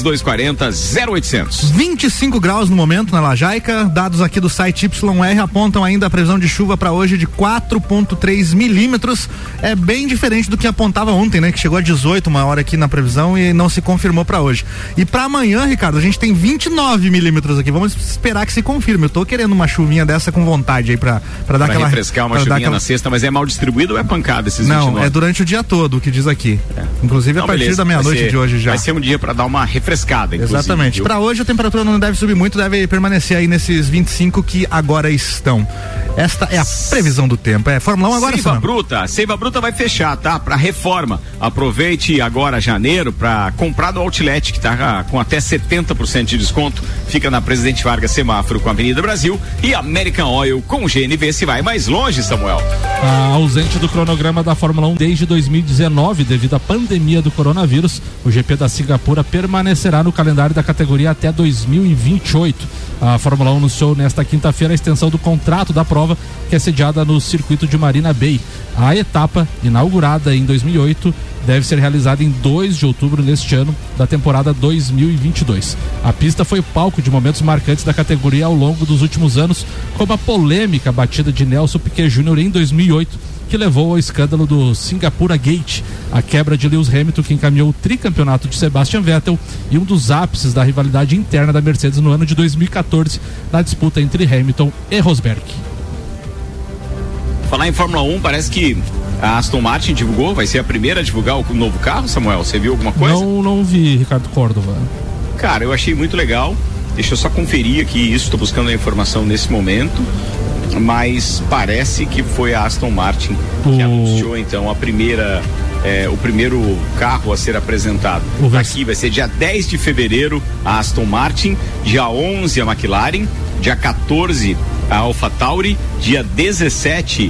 3240-0800. 25 graus no momento na Lajaica. Dados aqui do site YR apontam ainda a previsão de chuva para hoje de 4,3 milímetros. É bem diferente do que apontava ontem, né? Que chegou a 18 uma hora aqui na previsão e não se confirmou para hoje. E para amanhã, Ricardo, a gente tem 29 milímetros aqui. Vamos esperar que se confirme. Eu tô querendo uma chuvinha dessa com vontade aí pra dar aquela... refrescar uma chuvinha na sexta, mas é mal distribuído ou é pancada esses 29? Não, é durante o dia todo, o que diz aqui. Inclusive a partir da meia-noite de hoje já. Vai ser um dia pra dar uma refrescada, inclusive. Exatamente. Pra hoje a temperatura não deve subir muito, deve permanecer aí nesses 25 que agora estão. Esta é a previsão do tempo. É Fórmula 1 agora, Seiva Bruta vai fechar, tá? Pra reforma. Aproveite agora janeiro pra comprar no Outlet, que tá com até 70% de desconto. Fica na Presidente Vargas Semáforo com a Avenida Brasil e American Oil com o GNV. Se vai mais longe, Samuel. Ausente do cronograma da Fórmula 1 desde 2019 devido à pandemia do coronavírus, o GP da Singapura permanecerá no calendário da categoria até 2028. A Fórmula 1 anunciou nesta quinta-feira a extensão do contrato da prova, que é sediada no circuito de Marina Bay. A etapa, inaugurada em 2008, deve ser realizada em 2 de outubro neste ano, da temporada 2022. A pista foi palco de momentos marcantes da categoria ao longo dos últimos anos, como a polêmica batida de Nelson Piquet Jr. em 2008, que levou ao escândalo do Singapura Gate, a quebra de Lewis Hamilton, que encaminhou o tricampeonato de Sebastian Vettel e um dos ápices da rivalidade interna da Mercedes no ano de 2014, na disputa entre Hamilton e Rosberg. Falar em Fórmula 1, parece que a Aston Martin divulgou, vai ser a primeira a divulgar o novo carro, Samuel. Você viu alguma coisa? Não vi, Ricardo Córdova. Cara, eu achei muito legal. Deixa eu só conferir aqui isso, estou buscando a informação nesse momento. Mas parece que foi a Aston Martin que anunciou então a primeira, o primeiro carro a ser apresentado. Aqui vai ser dia 10 de fevereiro a Aston Martin, dia 11 a McLaren, dia 14 a AlphaTauri, dia 17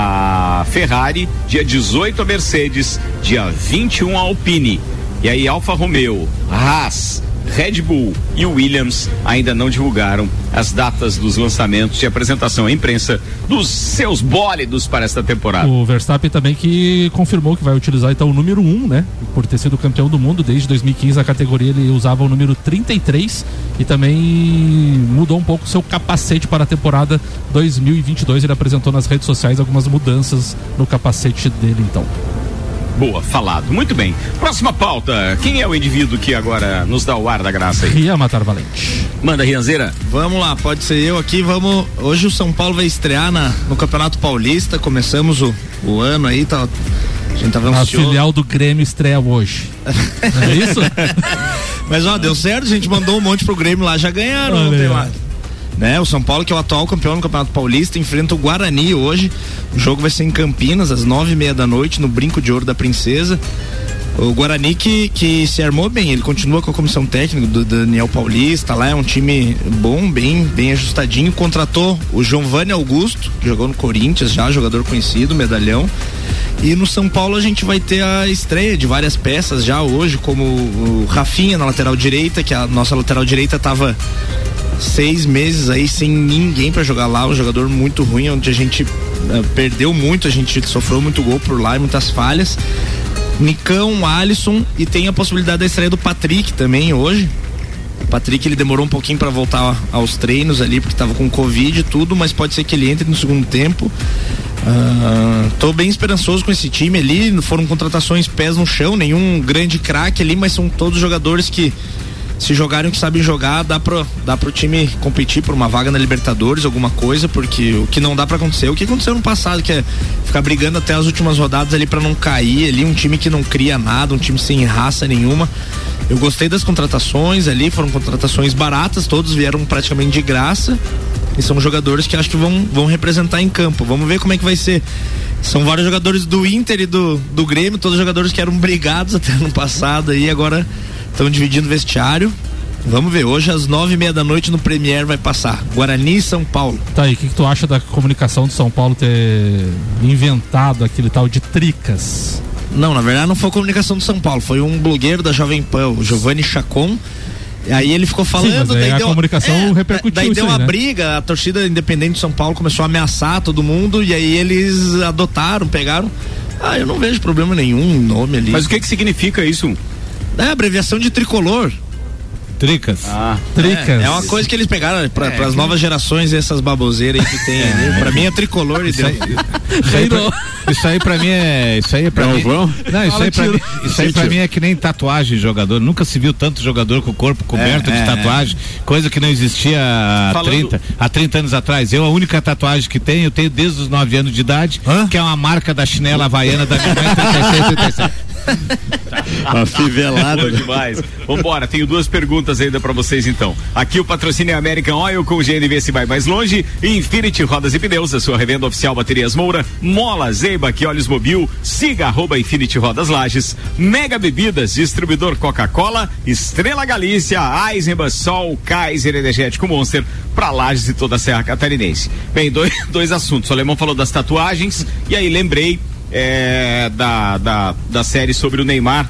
a Ferrari, dia 18 a Mercedes, dia 21 a Alpine. E aí Alfa Romeo, Haas, Red Bull e Williams ainda não divulgaram as datas dos lançamentos e apresentação à imprensa dos seus bólidos para esta temporada. O Verstappen também que confirmou que vai utilizar então o número 1, né? Por ter sido campeão do mundo desde 2015, a categoria ele usava o número 33 e também mudou um pouco seu capacete para a temporada 2022. Ele apresentou nas redes sociais algumas mudanças no capacete dele então. Boa, falado. Muito bem. Próxima pauta. Quem é o indivíduo que agora nos dá o ar da graça aí? Rian Matar Valente. Manda, Rianzeira. Vamos lá, pode ser eu aqui. Vamos. Hoje o São Paulo vai estrear no Campeonato Paulista. Começamos o ano aí, tá. A gente tava ansioso. A filial do Grêmio estreia hoje. É isso? Mas ó, deu certo, a gente mandou um monte pro Grêmio lá, já ganharam ontem lá. Né? O São Paulo, que é o atual campeão do Campeonato Paulista, enfrenta o Guarani hoje. O jogo vai ser em Campinas, às 9:30 da noite, no Brinco de Ouro da Princesa. O Guarani que se armou bem, ele continua com a comissão técnica do Daniel Paulista, lá é um time bom, bem ajustadinho. Contratou o Giovanni Augusto, que jogou no Corinthians já, jogador conhecido, medalhão. E no São Paulo a gente vai ter a estreia de várias peças já hoje, como o Rafinha na lateral direita, que a nossa lateral direita tava 6 meses aí sem ninguém pra jogar lá, um jogador muito ruim, onde a gente perdeu muito, a gente sofreu muito gol por lá e muitas falhas. Nicão, Alisson, e tem a possibilidade da estreia do Patrick também hoje. O Patrick ele demorou um pouquinho pra voltar aos treinos ali, porque tava com Covid e tudo, mas pode ser que ele entre no segundo tempo. Tô bem esperançoso com esse time ali. Foram contratações pés no chão, nenhum grande craque ali, mas são todos jogadores que, se jogarem o que sabem jogar, dá pro time competir por uma vaga na Libertadores, alguma coisa, porque o que não dá pra acontecer, o que aconteceu no passado, que é ficar brigando até as últimas rodadas ali pra não cair ali, um time que não cria nada, um time sem raça nenhuma. Eu gostei das contratações ali, foram contratações baratas, todos vieram praticamente de graça, e são jogadores que acho que vão representar em campo. Vamos ver como é que vai ser. São vários jogadores do Inter e do Grêmio, todos jogadores que eram brigados até no passado aí, agora estão dividindo vestiário. Vamos ver, hoje às 9:30 da noite no Premier vai passar Guarani e São Paulo. Tá, e o que tu acha da comunicação do São Paulo ter inventado aquele tal de Tricas? Não, na verdade não foi a comunicação do São Paulo, foi um blogueiro da Jovem Pan, o Giovanni Chacon. Aí ele ficou falando. Sim, mas daí a comunicação repercutiu. Daí deu uma né? briga, a torcida independente de São Paulo começou a ameaçar todo mundo, e aí eles adotaram, pegaram. Eu não vejo problema nenhum em nome ali. Mas o que significa isso? É abreviação de tricolor. Tricas. Tricas. É uma coisa que eles pegaram para as novas gerações, essas baboseiras aí que tem. Pra mim é tricolor. Isso aí pra mim é. Isso aí é pra mim. Não, isso aí pra mim é que nem tatuagem de jogador. Nunca se viu tanto jogador com o corpo coberto de tatuagem, coisa que não existia há 30 anos atrás. A única tatuagem que eu tenho desde os 9 anos de idade, que é uma marca da chinela havaiana da minha mãe, 36. Afivelado demais. Vambora, tenho 2 perguntas ainda pra vocês então. Aqui o patrocínio é American Oil, com o GNV se vai mais longe. Infinity Rodas e Pneus, a sua revenda oficial Baterias Moura, Mola, Zeiba, que Olhos Mobil, siga @Infinity Rodas Lages, Mega Bebidas, distribuidor Coca-Cola, Estrela Galícia, Eisenbahn, Sol, Kaiser Energético Monster, pra Lages e toda a Serra Catarinense. Bem, dois assuntos. O Alemão falou das tatuagens e aí lembrei da série sobre o Neymar.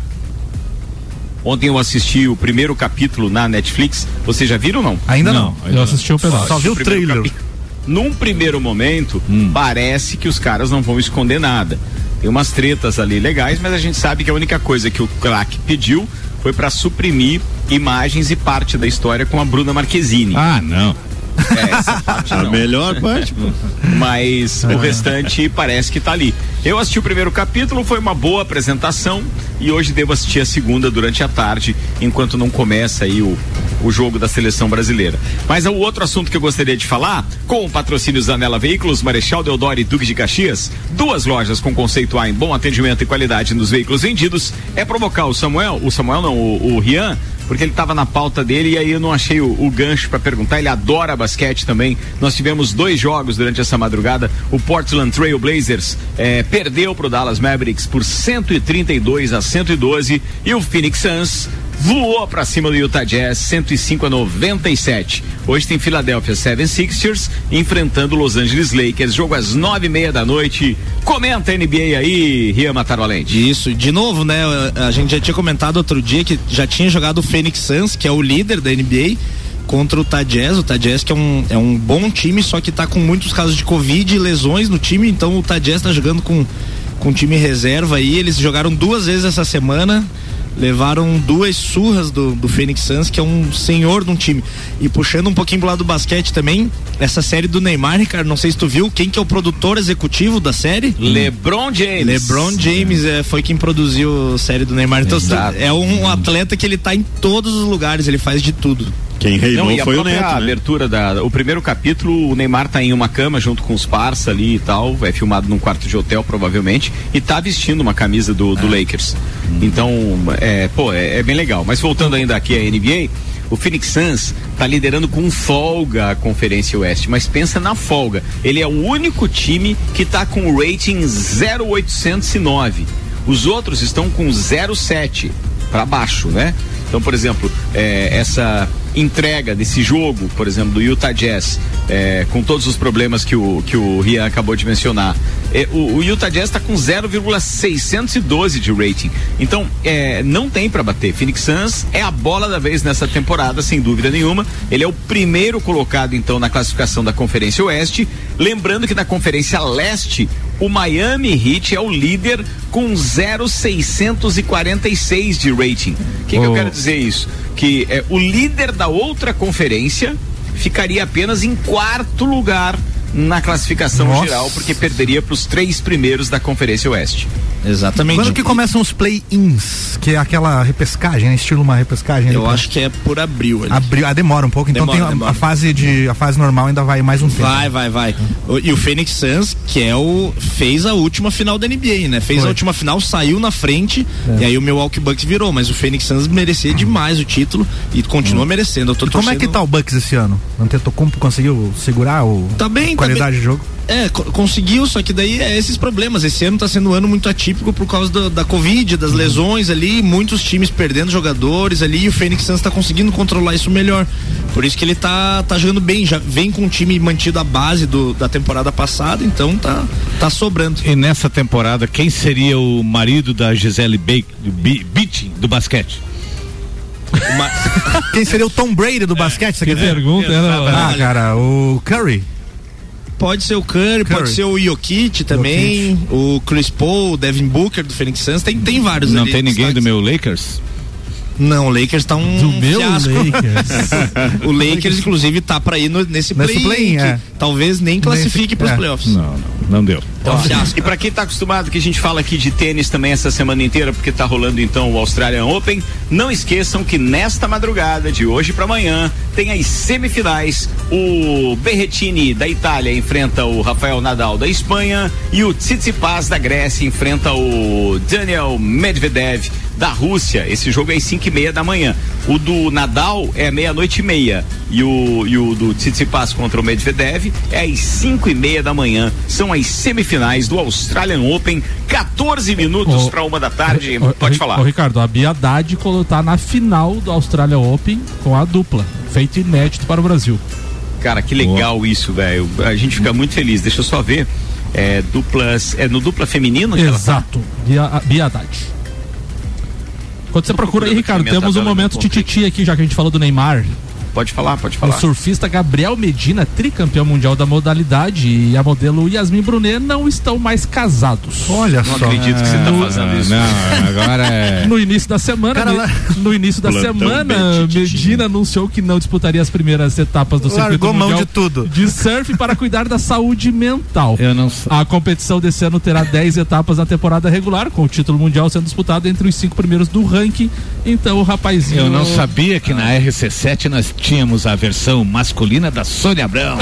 Ontem eu assisti o primeiro capítulo na Netflix. Vocês já viram ou não? Ainda não. Eu assisti um pedaço. Só vi o trailer. Num primeiro momento, parece que os caras não vão esconder nada. Tem umas tretas ali legais, mas a gente sabe que a única coisa que o craque pediu foi pra suprimir imagens e parte da história com a Bruna Marquezine. Não. Essa parte não. A melhor parte, pô. Mas o restante parece que tá ali. Eu assisti o primeiro capítulo, foi uma boa apresentação e hoje devo assistir a segunda durante a tarde, enquanto não começa aí o jogo da seleção brasileira. Mas o outro assunto que eu gostaria de falar, com o patrocínio Zanella Veículos, Marechal Deodoro e Duque de Caxias, 2 lojas com conceito A em bom atendimento e qualidade nos veículos vendidos, é provocar o Rian, porque ele estava na pauta dele e aí eu não achei o gancho para perguntar. Ele adora basquete também. Nós tivemos 2 jogos durante essa madrugada. O Portland Trail Blazers perdeu pro Dallas Mavericks por 132-112 e o Phoenix Suns voou pra cima do Utah Jazz 105-97. Hoje tem Philadelphia 76ers enfrentando Los Angeles Lakers, jogo às 9:30 da noite. Comenta a NBA aí, Rian Matar Valente. Isso, de novo, né? A gente já tinha comentado outro dia que já tinha jogado o Phoenix Suns, que é o líder da NBA, contra o Utah Jazz. O Utah Jazz que é um bom time, só que tá com muitos casos de Covid e lesões no time, então o Utah Jazz tá jogando com time reserva aí. Eles jogaram 2 vezes essa semana, levaram 2 surras do Phoenix Suns, que é um senhor de um time. E puxando um pouquinho pro lado do basquete também, essa série do Neymar, Ricardo, não sei se tu viu, quem que é o produtor executivo da série? LeBron James. LeBron James foi quem produziu a série do Neymar. Então é um atleta que ele tá em todos os lugares, ele faz de tudo. Quem reinou foi o Neto, a abertura o primeiro capítulo, o Neymar tá em uma cama junto com os parça ali e tal, é filmado num quarto de hotel provavelmente, e tá vestindo uma camisa do Lakers. Então, é bem legal. Mas voltando ainda aqui à NBA, o Phoenix Suns tá liderando com folga a Conferência Oeste, mas pensa na folga. Ele é o único time que tá com o rating 0,809. Os outros estão com 0,7 para baixo, né? Então, por exemplo, essa entrega desse jogo, por exemplo, do Utah Jazz, com todos os problemas que o Rian acabou de mencionar, o Utah Jazz está com 0,612 de rating. Então, não tem para bater. Phoenix Suns é a bola da vez nessa temporada, sem dúvida nenhuma. Ele é o primeiro colocado, então, na classificação da Conferência Oeste. Lembrando que na Conferência Leste, o Miami Heat é o líder com 0,646 de rating. O que eu quero dizer isso? Que o líder da outra conferência ficaria apenas em 4º lugar na classificação geral, porque perderia para os 3 primeiros da Conferência Oeste. Exatamente. Quando que começam os play-ins, que é aquela repescagem, né? Estilo uma repescagem? Eu acho que é por abril. Abril, demora um pouco, então demora. A fase normal ainda vai mais um tempo. Vai. E o Phoenix Suns, que fez a última final da NBA, né? Fez a última final, saiu na frente, e aí o Milwaukee Bucks virou, mas o Phoenix Suns merecia demais o título e continua merecendo. Eu tô Como é que tá o Bucks esse ano? Antetokounmpo conseguiu segurar tá bem, qualidade de jogo? Conseguiu, só que daí esses problemas. Esse ano tá sendo um ano muito atípico por causa da Covid, das lesões ali, muitos times perdendo jogadores ali, e o Phoenix Suns tá conseguindo controlar isso melhor. Por isso que ele tá jogando bem, já vem com um time mantido à base da temporada passada, então tá sobrando. E nessa temporada, quem seria o marido da Gisele Bündchen do basquete? Quem seria o Tom Brady do basquete? Que pergunta, cara, o Curry. Pode ser o Curry, pode ser o Jokic também, o Chris Paul, o Devin Booker do Phoenix Suns, tem vários ali. Não tem ninguém do meu Lakers? Não, o Lakers tá um fiasco. O Lakers, inclusive, tá pra ir nesse play-in, talvez nem classifique pros playoffs. Não deu. E pra quem tá acostumado que a gente fala aqui de tênis também essa semana inteira, porque tá rolando então o Australian Open, não esqueçam que nesta madrugada, de hoje pra amanhã, tem as semifinais. O Berrettini da Itália enfrenta o Rafael Nadal da Espanha e o Tsitsipas da Grécia enfrenta o Daniel Medvedev da Rússia. Esse jogo é às 5:30 da manhã. O do Nadal é 00:30 e o do Tsitsipas contra o Medvedev é às 5:30 da manhã. São as semifinais do Australian Open. 14 minutos para 1 da tarde. Pode falar. Ricardo, a Bia Haddad tá na final do Australian Open com a dupla. Feito inédito para o Brasil. Cara, que legal isso, velho. A gente fica muito feliz. Deixa eu só ver. No dupla feminino? Exato. Bia Haddad. Quando você procura aí, Ricardo, temos um momento tititi aqui, já que a gente falou do Neymar. Pode falar. O surfista Gabriel Medina, tricampeão mundial da modalidade, e a modelo Yasmin Brunet não estão mais casados. Olha só. Não acredito que você tá fazendo isso. Não, agora é... No início da semana, Medina anunciou que não disputaria as primeiras etapas do circuito mundial de tudo. De surf para cuidar da saúde mental. Eu não sei. A competição desse ano terá 10 etapas na temporada regular, com o título mundial sendo disputado entre os 5 primeiros do ranking. Então o rapazinho... Eu não sabia que na RC7 nós tínhamos a versão masculina da Sônia Abrão.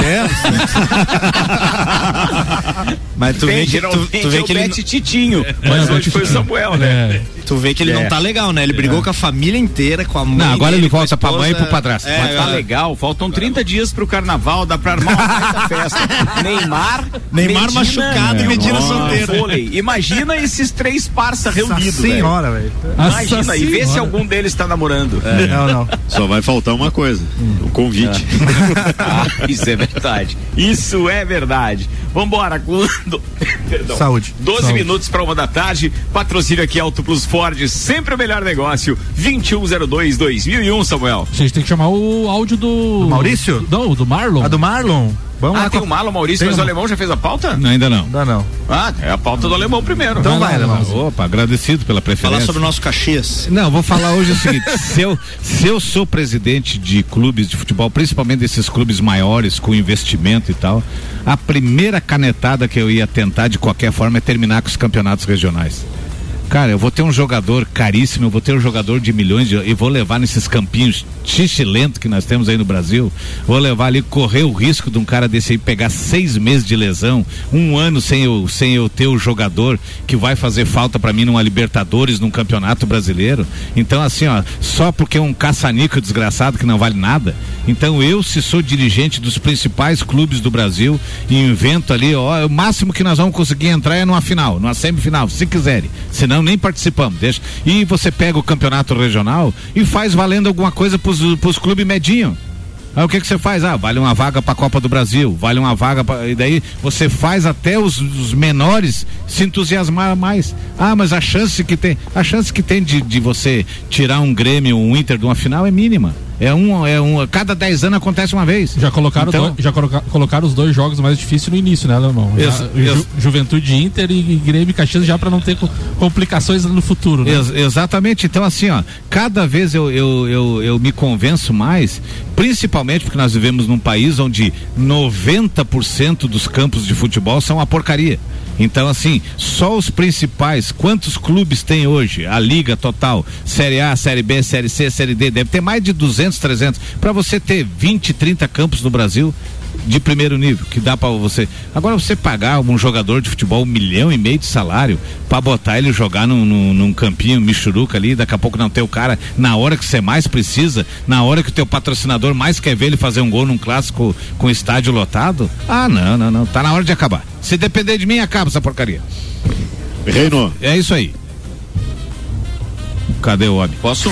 Mas tu vê que ele Titinho, mas hoje foi o Samuel, né? Tu vê que ele não tá legal, né? Ele brigou com a família inteira, com a mãe. Não, agora ele volta pra mãe e pro padrasto. Mas tá legal, faltam 30 dias pro carnaval, dá pra armar uma baita festa. Neymar Medina, machucado e Medina solteiro. Imagina esses 3 parça reunidos. Senhora, velho. Imagina, e vê se algum deles tá namorando. Não. Só vai faltar uma coisa, o convite. Isso é verdade. Isso é verdade. Vambora, perdão. Saúde. 12 minutos para 1 da tarde. Patrocínio aqui Auto Plus Ford, sempre o melhor negócio. 2102-2001, Samuel. A gente tem que chamar o áudio do Maurício? Não, do Marlon. Do Marlon? Vamos lá. Tem o Marlon, Maurício, mas o Alemão já fez a pauta? Não, ainda não. É a pauta do Alemão primeiro. Então vai, Alemão. Opa, agradecido pela preferência. Falar sobre o nosso Caxias. Não, vou falar hoje o seguinte, se eu sou presidente de clubes de futebol, principalmente desses clubes maiores, com investimento e tal, a primeira canetada que eu ia tentar de qualquer forma é terminar com os campeonatos regionais. Cara, eu vou ter um jogador caríssimo, eu vou ter um jogador de milhões e vou levar nesses campinhos xixilento que nós temos aí no Brasil, vou levar ali, correr o risco de um cara desse aí pegar 6 meses de lesão, 1 ano sem eu ter o jogador que vai fazer falta pra mim numa Libertadores, num Campeonato Brasileiro. Então assim, ó, só porque é um caça-níquel desgraçado que não vale nada. Então eu, se sou dirigente dos principais clubes do Brasil, invento ali, ó, o máximo que nós vamos conseguir entrar é numa final, numa semifinal, se quiserem, senão nem participamos, deixa. E você pega o campeonato regional e faz valendo alguma coisa pros clubes medinhos. Aí o que você faz? Vale uma vaga pra Copa do Brasil, vale uma vaga e daí você faz até os menores se entusiasmar mais. Mas a chance que tem de você tirar um Grêmio, um Inter de uma final é mínima. cada 10 anos acontece uma vez. Já colocaram, colocaram os dois jogos mais difíceis no início, né, Alemão? Juventude Inter e Grêmio Caxias, já para não ter complicações no futuro, né? Exatamente. Então, assim, ó, cada vez eu me convenço mais, principalmente porque nós vivemos num país onde 90% dos campos de futebol são uma porcaria. Então, assim, só os principais, quantos clubes tem hoje? A Liga total, Série A, Série B, Série C, Série D, deve ter mais de 200, 300, para você ter 20, 30 campos no Brasil de primeiro nível, que dá para você. Agora, você pagar um jogador de futebol 1,5 milhão de salário para botar ele jogar num campinho michuruca ali, daqui a pouco não ter o cara na hora que você mais precisa, na hora que o teu patrocinador mais quer ver ele fazer um gol num clássico com estádio lotado. Não, tá na hora de acabar. Se depender de mim, acaba essa porcaria. Reino. É isso aí. Cadê o homem? Posso?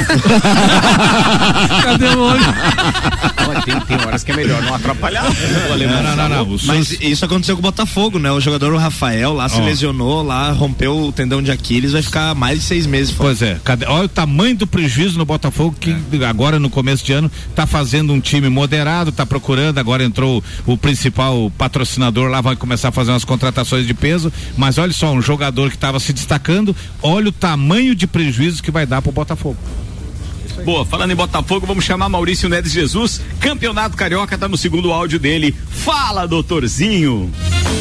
Cadê o homem? Tem horas que é melhor não atrapalhar. Não. Mas isso aconteceu com o Botafogo, né? O jogador Rafael lá se lesionou, lá rompeu o tendão de Aquiles, vai ficar mais de 6 meses fora. Pois é, olha o tamanho do prejuízo no Botafogo, que agora no começo de ano tá fazendo um time moderado, tá procurando, agora entrou o principal patrocinador lá, vai começar a fazer umas contratações de peso, mas olha só, um jogador que estava se destacando, olha o tamanho de prejuízo que vai dar pro Botafogo. Boa, falando em Botafogo, vamos chamar Maurício Neves Jesus. Campeonato Carioca tá no segundo áudio dele. Fala, doutorzinho.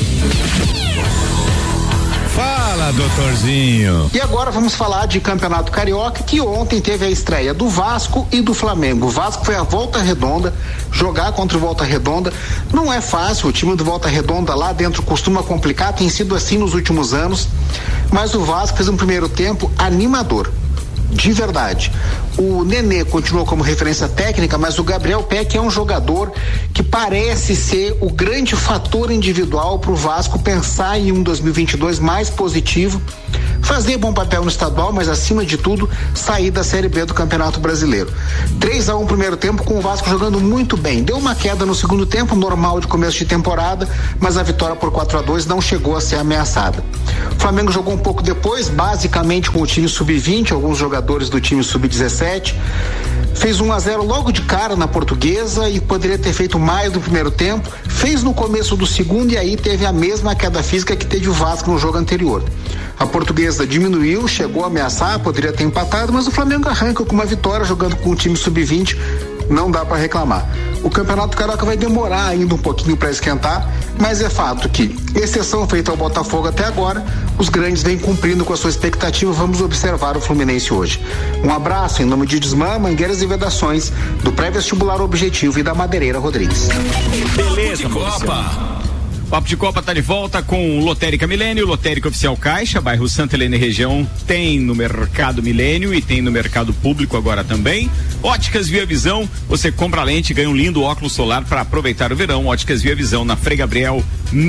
Fala, doutorzinho. E agora vamos falar de Campeonato Carioca, que ontem teve a estreia do Vasco e do Flamengo. O Vasco foi a Volta Redonda, jogar contra o Volta Redonda não é fácil, o time do Volta Redonda lá dentro costuma complicar, tem sido assim nos últimos anos, mas o Vasco fez um primeiro tempo animador. De verdade. O Nenê continuou como referência técnica, mas o Gabriel Peck é um jogador que parece ser o grande fator individual para o Vasco pensar em um 2022 mais positivo, fazer bom papel no estadual, mas acima de tudo sair da Série B do Campeonato Brasileiro. 3-1 primeiro tempo, com o Vasco jogando muito bem. Deu uma queda no segundo tempo, normal de começo de temporada, mas a vitória por 4-2 não chegou a ser ameaçada. O Flamengo jogou um pouco depois, basicamente com o time sub-20, alguns jogadores do time sub-17, fez 1-0 logo de cara na Portuguesa e poderia ter feito mais no primeiro tempo, fez no começo do segundo e aí teve a mesma queda física que teve o Vasco no jogo anterior. A Portuguesa diminuiu, chegou a ameaçar, poderia ter empatado, mas o Flamengo arranca com uma vitória jogando com o time sub-20, não dá para reclamar. O Campeonato Carioca vai demorar ainda um pouquinho para esquentar, mas é fato que, exceção feita ao Botafogo até agora, os grandes vêm cumprindo com a sua expectativa. Vamos observar o Fluminense hoje. Um abraço em nome de Desmã, Mangueiras e Vedações, do Pré-Vestibular Objetivo e da Madeireira Rodrigues. Beleza, Copa. Papo de Copa tá de volta com Lotérica Milênio, Lotérica Oficial Caixa, bairro Santa Helena e região, tem no Mercado Milênio e tem no mercado público agora também. Óticas Via Visão, você compra a lente e ganha um lindo óculos solar para aproveitar o verão. Óticas Via Visão na Frei Gabriel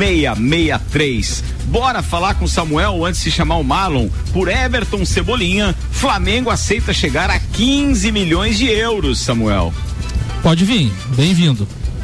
663. Bora falar com o Samuel antes de chamar o Marlon. Por Everton Cebolinha, Flamengo aceita chegar a 15 milhões de euros, Samuel. Pode vir, bem-vindo.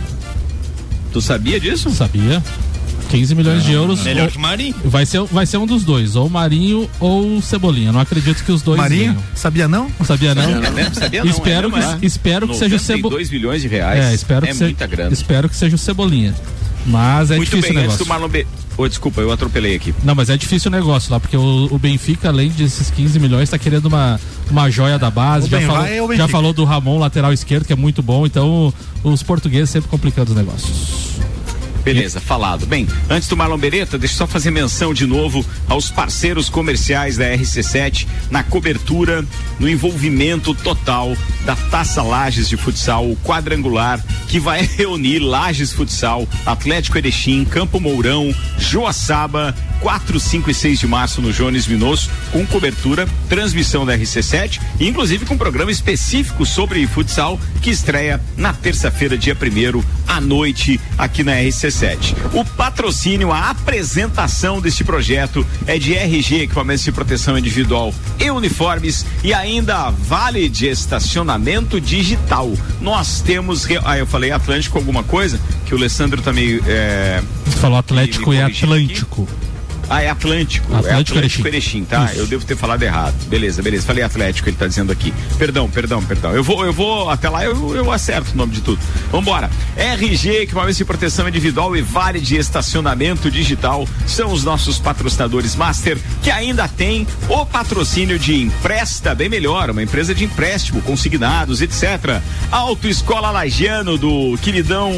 Tu sabia disso? Sabia. 15 milhões de euros. Melhor que Marinho. Vai ser um dos dois, ou Marinho ou Cebolinha. Não acredito que os dois. Marinho? Venham. Sabia não? Sabia não? Sabia não. Espero que seja o Cebolinha. 2 bilhões de reais. Espero que muita grana. Espero que seja o Cebolinha. Mas é muito difícil bem, o negócio. Antes do Marlon desculpa, eu atropelei aqui. Não, mas é difícil o negócio lá, porque o Benfica, além desses 15 milhões, tá querendo uma joia da base. Já falou do Ramon, lateral esquerdo, que é muito bom. Então, os portugueses sempre complicando os negócios. Beleza, falado. Bem, antes do Marlon Beretta, deixa eu só fazer menção de novo aos parceiros comerciais da RC7 na cobertura, no envolvimento total da Taça Lages de Futsal, o quadrangular que vai reunir Lages Futsal, Atlético Erechim, Campo Mourão, Joaçaba, 4, 5 e 6 de março no Jones Minosso, com cobertura, transmissão da RC7 e inclusive com um programa específico sobre futsal que estreia na terça-feira, dia 1º, à noite, aqui na RC7. O patrocínio, a apresentação deste projeto é de RG, equipamentos de proteção individual e uniformes, e ainda Vale de Estacionamento Digital. Nós temos, eu falei Atlântico alguma coisa, que o Alessandro também Você falou Atlético e Atlântico. Ah, é Atlântico. Atlético Erechim, tá? Isso. Eu devo ter falado errado. Beleza. Falei Atlético, ele tá dizendo aqui. Perdão. Eu vou até lá, eu acerto o nome de tudo. Vambora. RG, equipamentos de proteção individual e Vale de estacionamento digital são os nossos patrocinadores master, que ainda tem o patrocínio de Empresta Bem Melhor, uma empresa de empréstimo, consignados, etc. Autoescola Lagiano do queridão,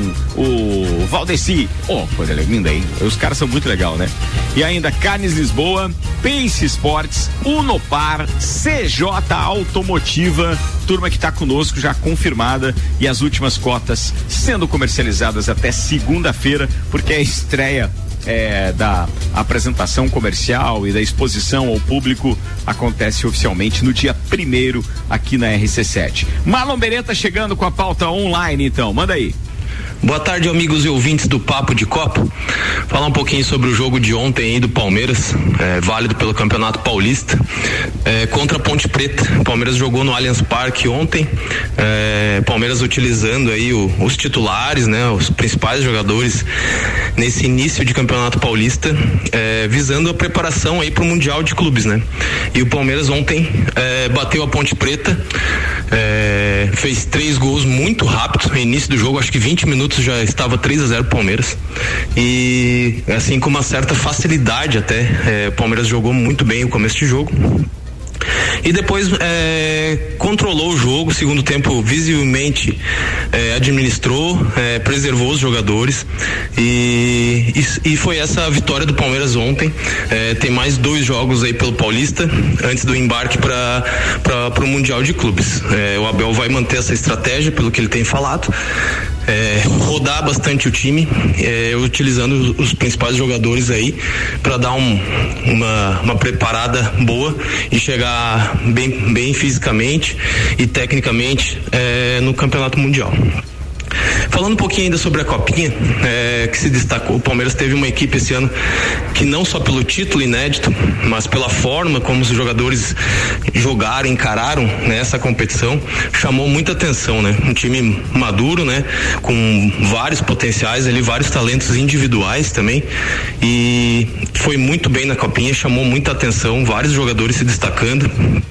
o Valdeci. Coisa linda, hein? Os caras são muito legal, né? E ainda Carnes Lisboa, Pace Sports, Unopar, CJ Automotiva, turma que está conosco já confirmada e as últimas cotas sendo comercializadas até segunda-feira, porque é a estreia da apresentação comercial e da exposição ao público acontece oficialmente no dia 1º aqui na RC7. Marlon Beretta chegando com a pauta online, então, manda aí. Boa tarde, amigos e ouvintes do Papo de Copa. Falar um pouquinho sobre o jogo de ontem aí do Palmeiras, válido pelo Campeonato Paulista, contra a Ponte Preta. O Palmeiras jogou no Allianz Parque ontem, Palmeiras utilizando aí os titulares, né, os principais jogadores nesse início de Campeonato Paulista, visando a preparação aí para o Mundial de Clubes, né? E o Palmeiras ontem bateu a Ponte Preta, fez 3 gols muito rápido. No início do jogo, acho que 20 minutos já estava 3-0 Palmeiras, e assim com uma certa facilidade até. O Palmeiras jogou muito bem o começo de jogo e depois controlou o jogo. Segundo tempo visivelmente administrou, preservou os jogadores e foi essa a vitória do Palmeiras ontem. Tem mais 2 jogos aí pelo Paulista antes do embarque para o Mundial de Clubes. O Abel vai manter essa estratégia, pelo que ele tem falado, rodar bastante o time, utilizando os principais jogadores aí para dar uma preparada boa e chegar bem fisicamente e tecnicamente no Campeonato Mundial. Falando um pouquinho ainda sobre a Copinha, que se destacou, o Palmeiras teve uma equipe esse ano que não só pelo título inédito, mas pela forma como os jogadores jogaram, encararam nessa competição, chamou muita atenção, né? Um time maduro, né? Com vários potenciais ali, vários talentos individuais também, e foi muito bem na Copinha, chamou muita atenção, vários jogadores se destacando.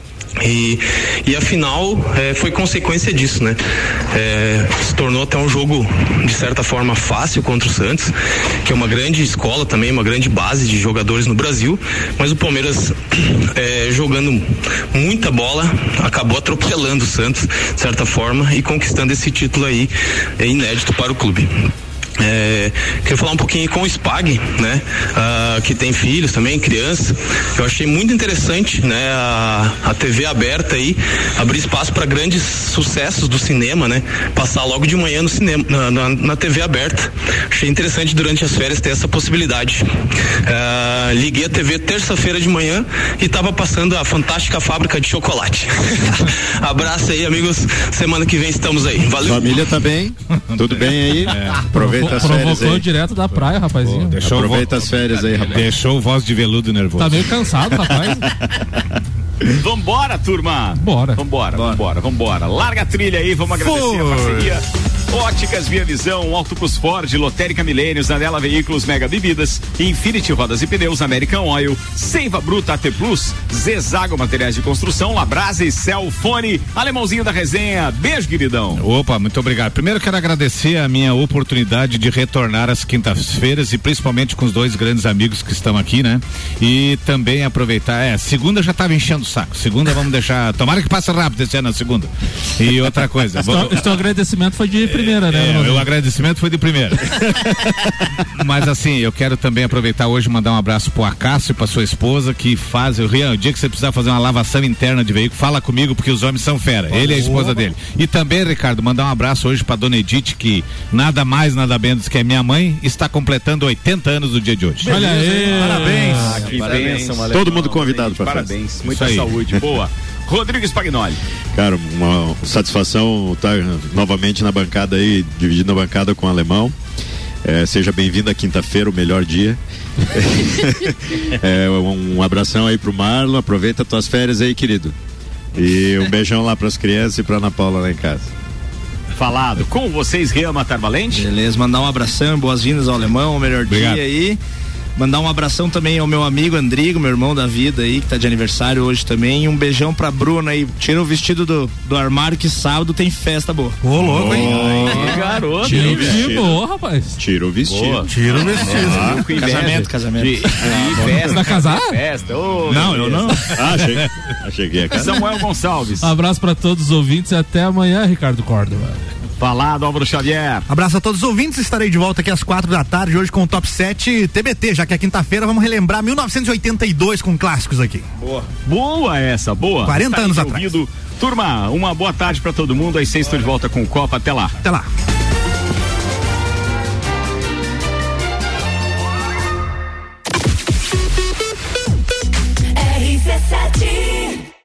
E a final foi consequência disso, né? Se tornou até um jogo de certa forma fácil contra o Santos, que é uma grande escola também, uma grande base de jogadores no Brasil, mas o Palmeiras jogando muita bola acabou atropelando o Santos de certa forma e conquistando esse título aí inédito para o clube. Queria falar um pouquinho com o Spag, né? Que tem filhos também, crianças. Eu achei muito interessante, né? A TV aberta aí, abrir espaço para grandes sucessos do cinema, né? Passar logo de manhã no cinema, na TV aberta. Achei interessante durante as férias ter essa possibilidade. Liguei a TV terça-feira de manhã e tava passando a fantástica Fábrica de Chocolate. Abraço aí, amigos. Semana que vem estamos aí. Valeu. Família tá bem? Tudo bem aí? Aproveita as férias Provocou aí. direto da praia, rapazinho. Aproveita as férias aí, rapaz. Deixou o voz de veludo nervoso. Tá meio cansado, rapaz. Vambora, turma. Vambora. Larga a trilha aí, vamos agradecer a parceria. Óticas Via Visão, Auto Plus Ford, Lotérica Milênios, Anela Veículos, Mega Bebidas, Infinity Rodas e Pneus, American Oil, Seiva Bruta AT Plus, Zezago Materiais de Construção, Labrasa e Celfone, Alemãozinho da Resenha. Beijo, queridão. Opa, muito obrigado. Primeiro quero agradecer a minha oportunidade de retornar às quintas-feiras e principalmente com os 2 grandes amigos que estão aqui, né? E também aproveitar, segunda já estava enchendo o saco. Segunda vamos deixar, tomara que passe rápido esse ano na segunda. E outra coisa. Esse teu agradecimento foi de primeira, né? O agradecimento foi de primeira. Mas assim, eu quero também aproveitar hoje e mandar um abraço pro Acácio e pra sua esposa que faz, Rian, o dia que você precisar fazer uma lavação interna de veículo, fala comigo porque os homens são fera. Ele é a esposa dele. E também, Ricardo, mandar um abraço hoje pra dona Edith, que nada mais, nada menos que é minha mãe, está completando 80 anos no dia de hoje. Olha aí. Parabéns. Que bênção, Todo mundo convidado para parabéns. Muita saúde. Boa. Rodrigo Spagnoli. Cara, uma satisfação estar novamente na bancada aí, dividindo a bancada com o Alemão. Seja bem-vindo à quinta-feira, o melhor dia. Um abração aí pro Marlon, aproveita tuas férias aí, querido. E um beijão lá pras crianças e pra Ana Paula lá em casa. Falado. Com vocês, Rian Matar Valente. Beleza, mandar um abração, boas-vindas ao Alemão, o melhor dia aí. Mandar um abração também ao meu amigo Andrigo, meu irmão da vida aí, que tá de aniversário hoje também. E um beijão pra Bruna aí. Tira o vestido do armário que sábado tem festa boa. Ô, louco, hein? Garoto. Tira o vestido, rapaz. Tira o vestido. Tira o vestido. Casamento. Festa. Vai casar? Festa. Não, eu não. Cheguei a casa. Samuel Gonçalves. Abraço pra todos os ouvintes e até amanhã, Ricardo Córdova. Falado, Álvaro Xavier. Abraço a todos os ouvintes, estarei de volta aqui às 4h hoje com o Top 7 TBT, já que é quinta-feira vamos relembrar 1982 com clássicos aqui. Boa essa, boa. 40 anos atrás. Turma, uma boa tarde pra todo mundo, às 6 estou de volta com o Copa, até lá. Até lá.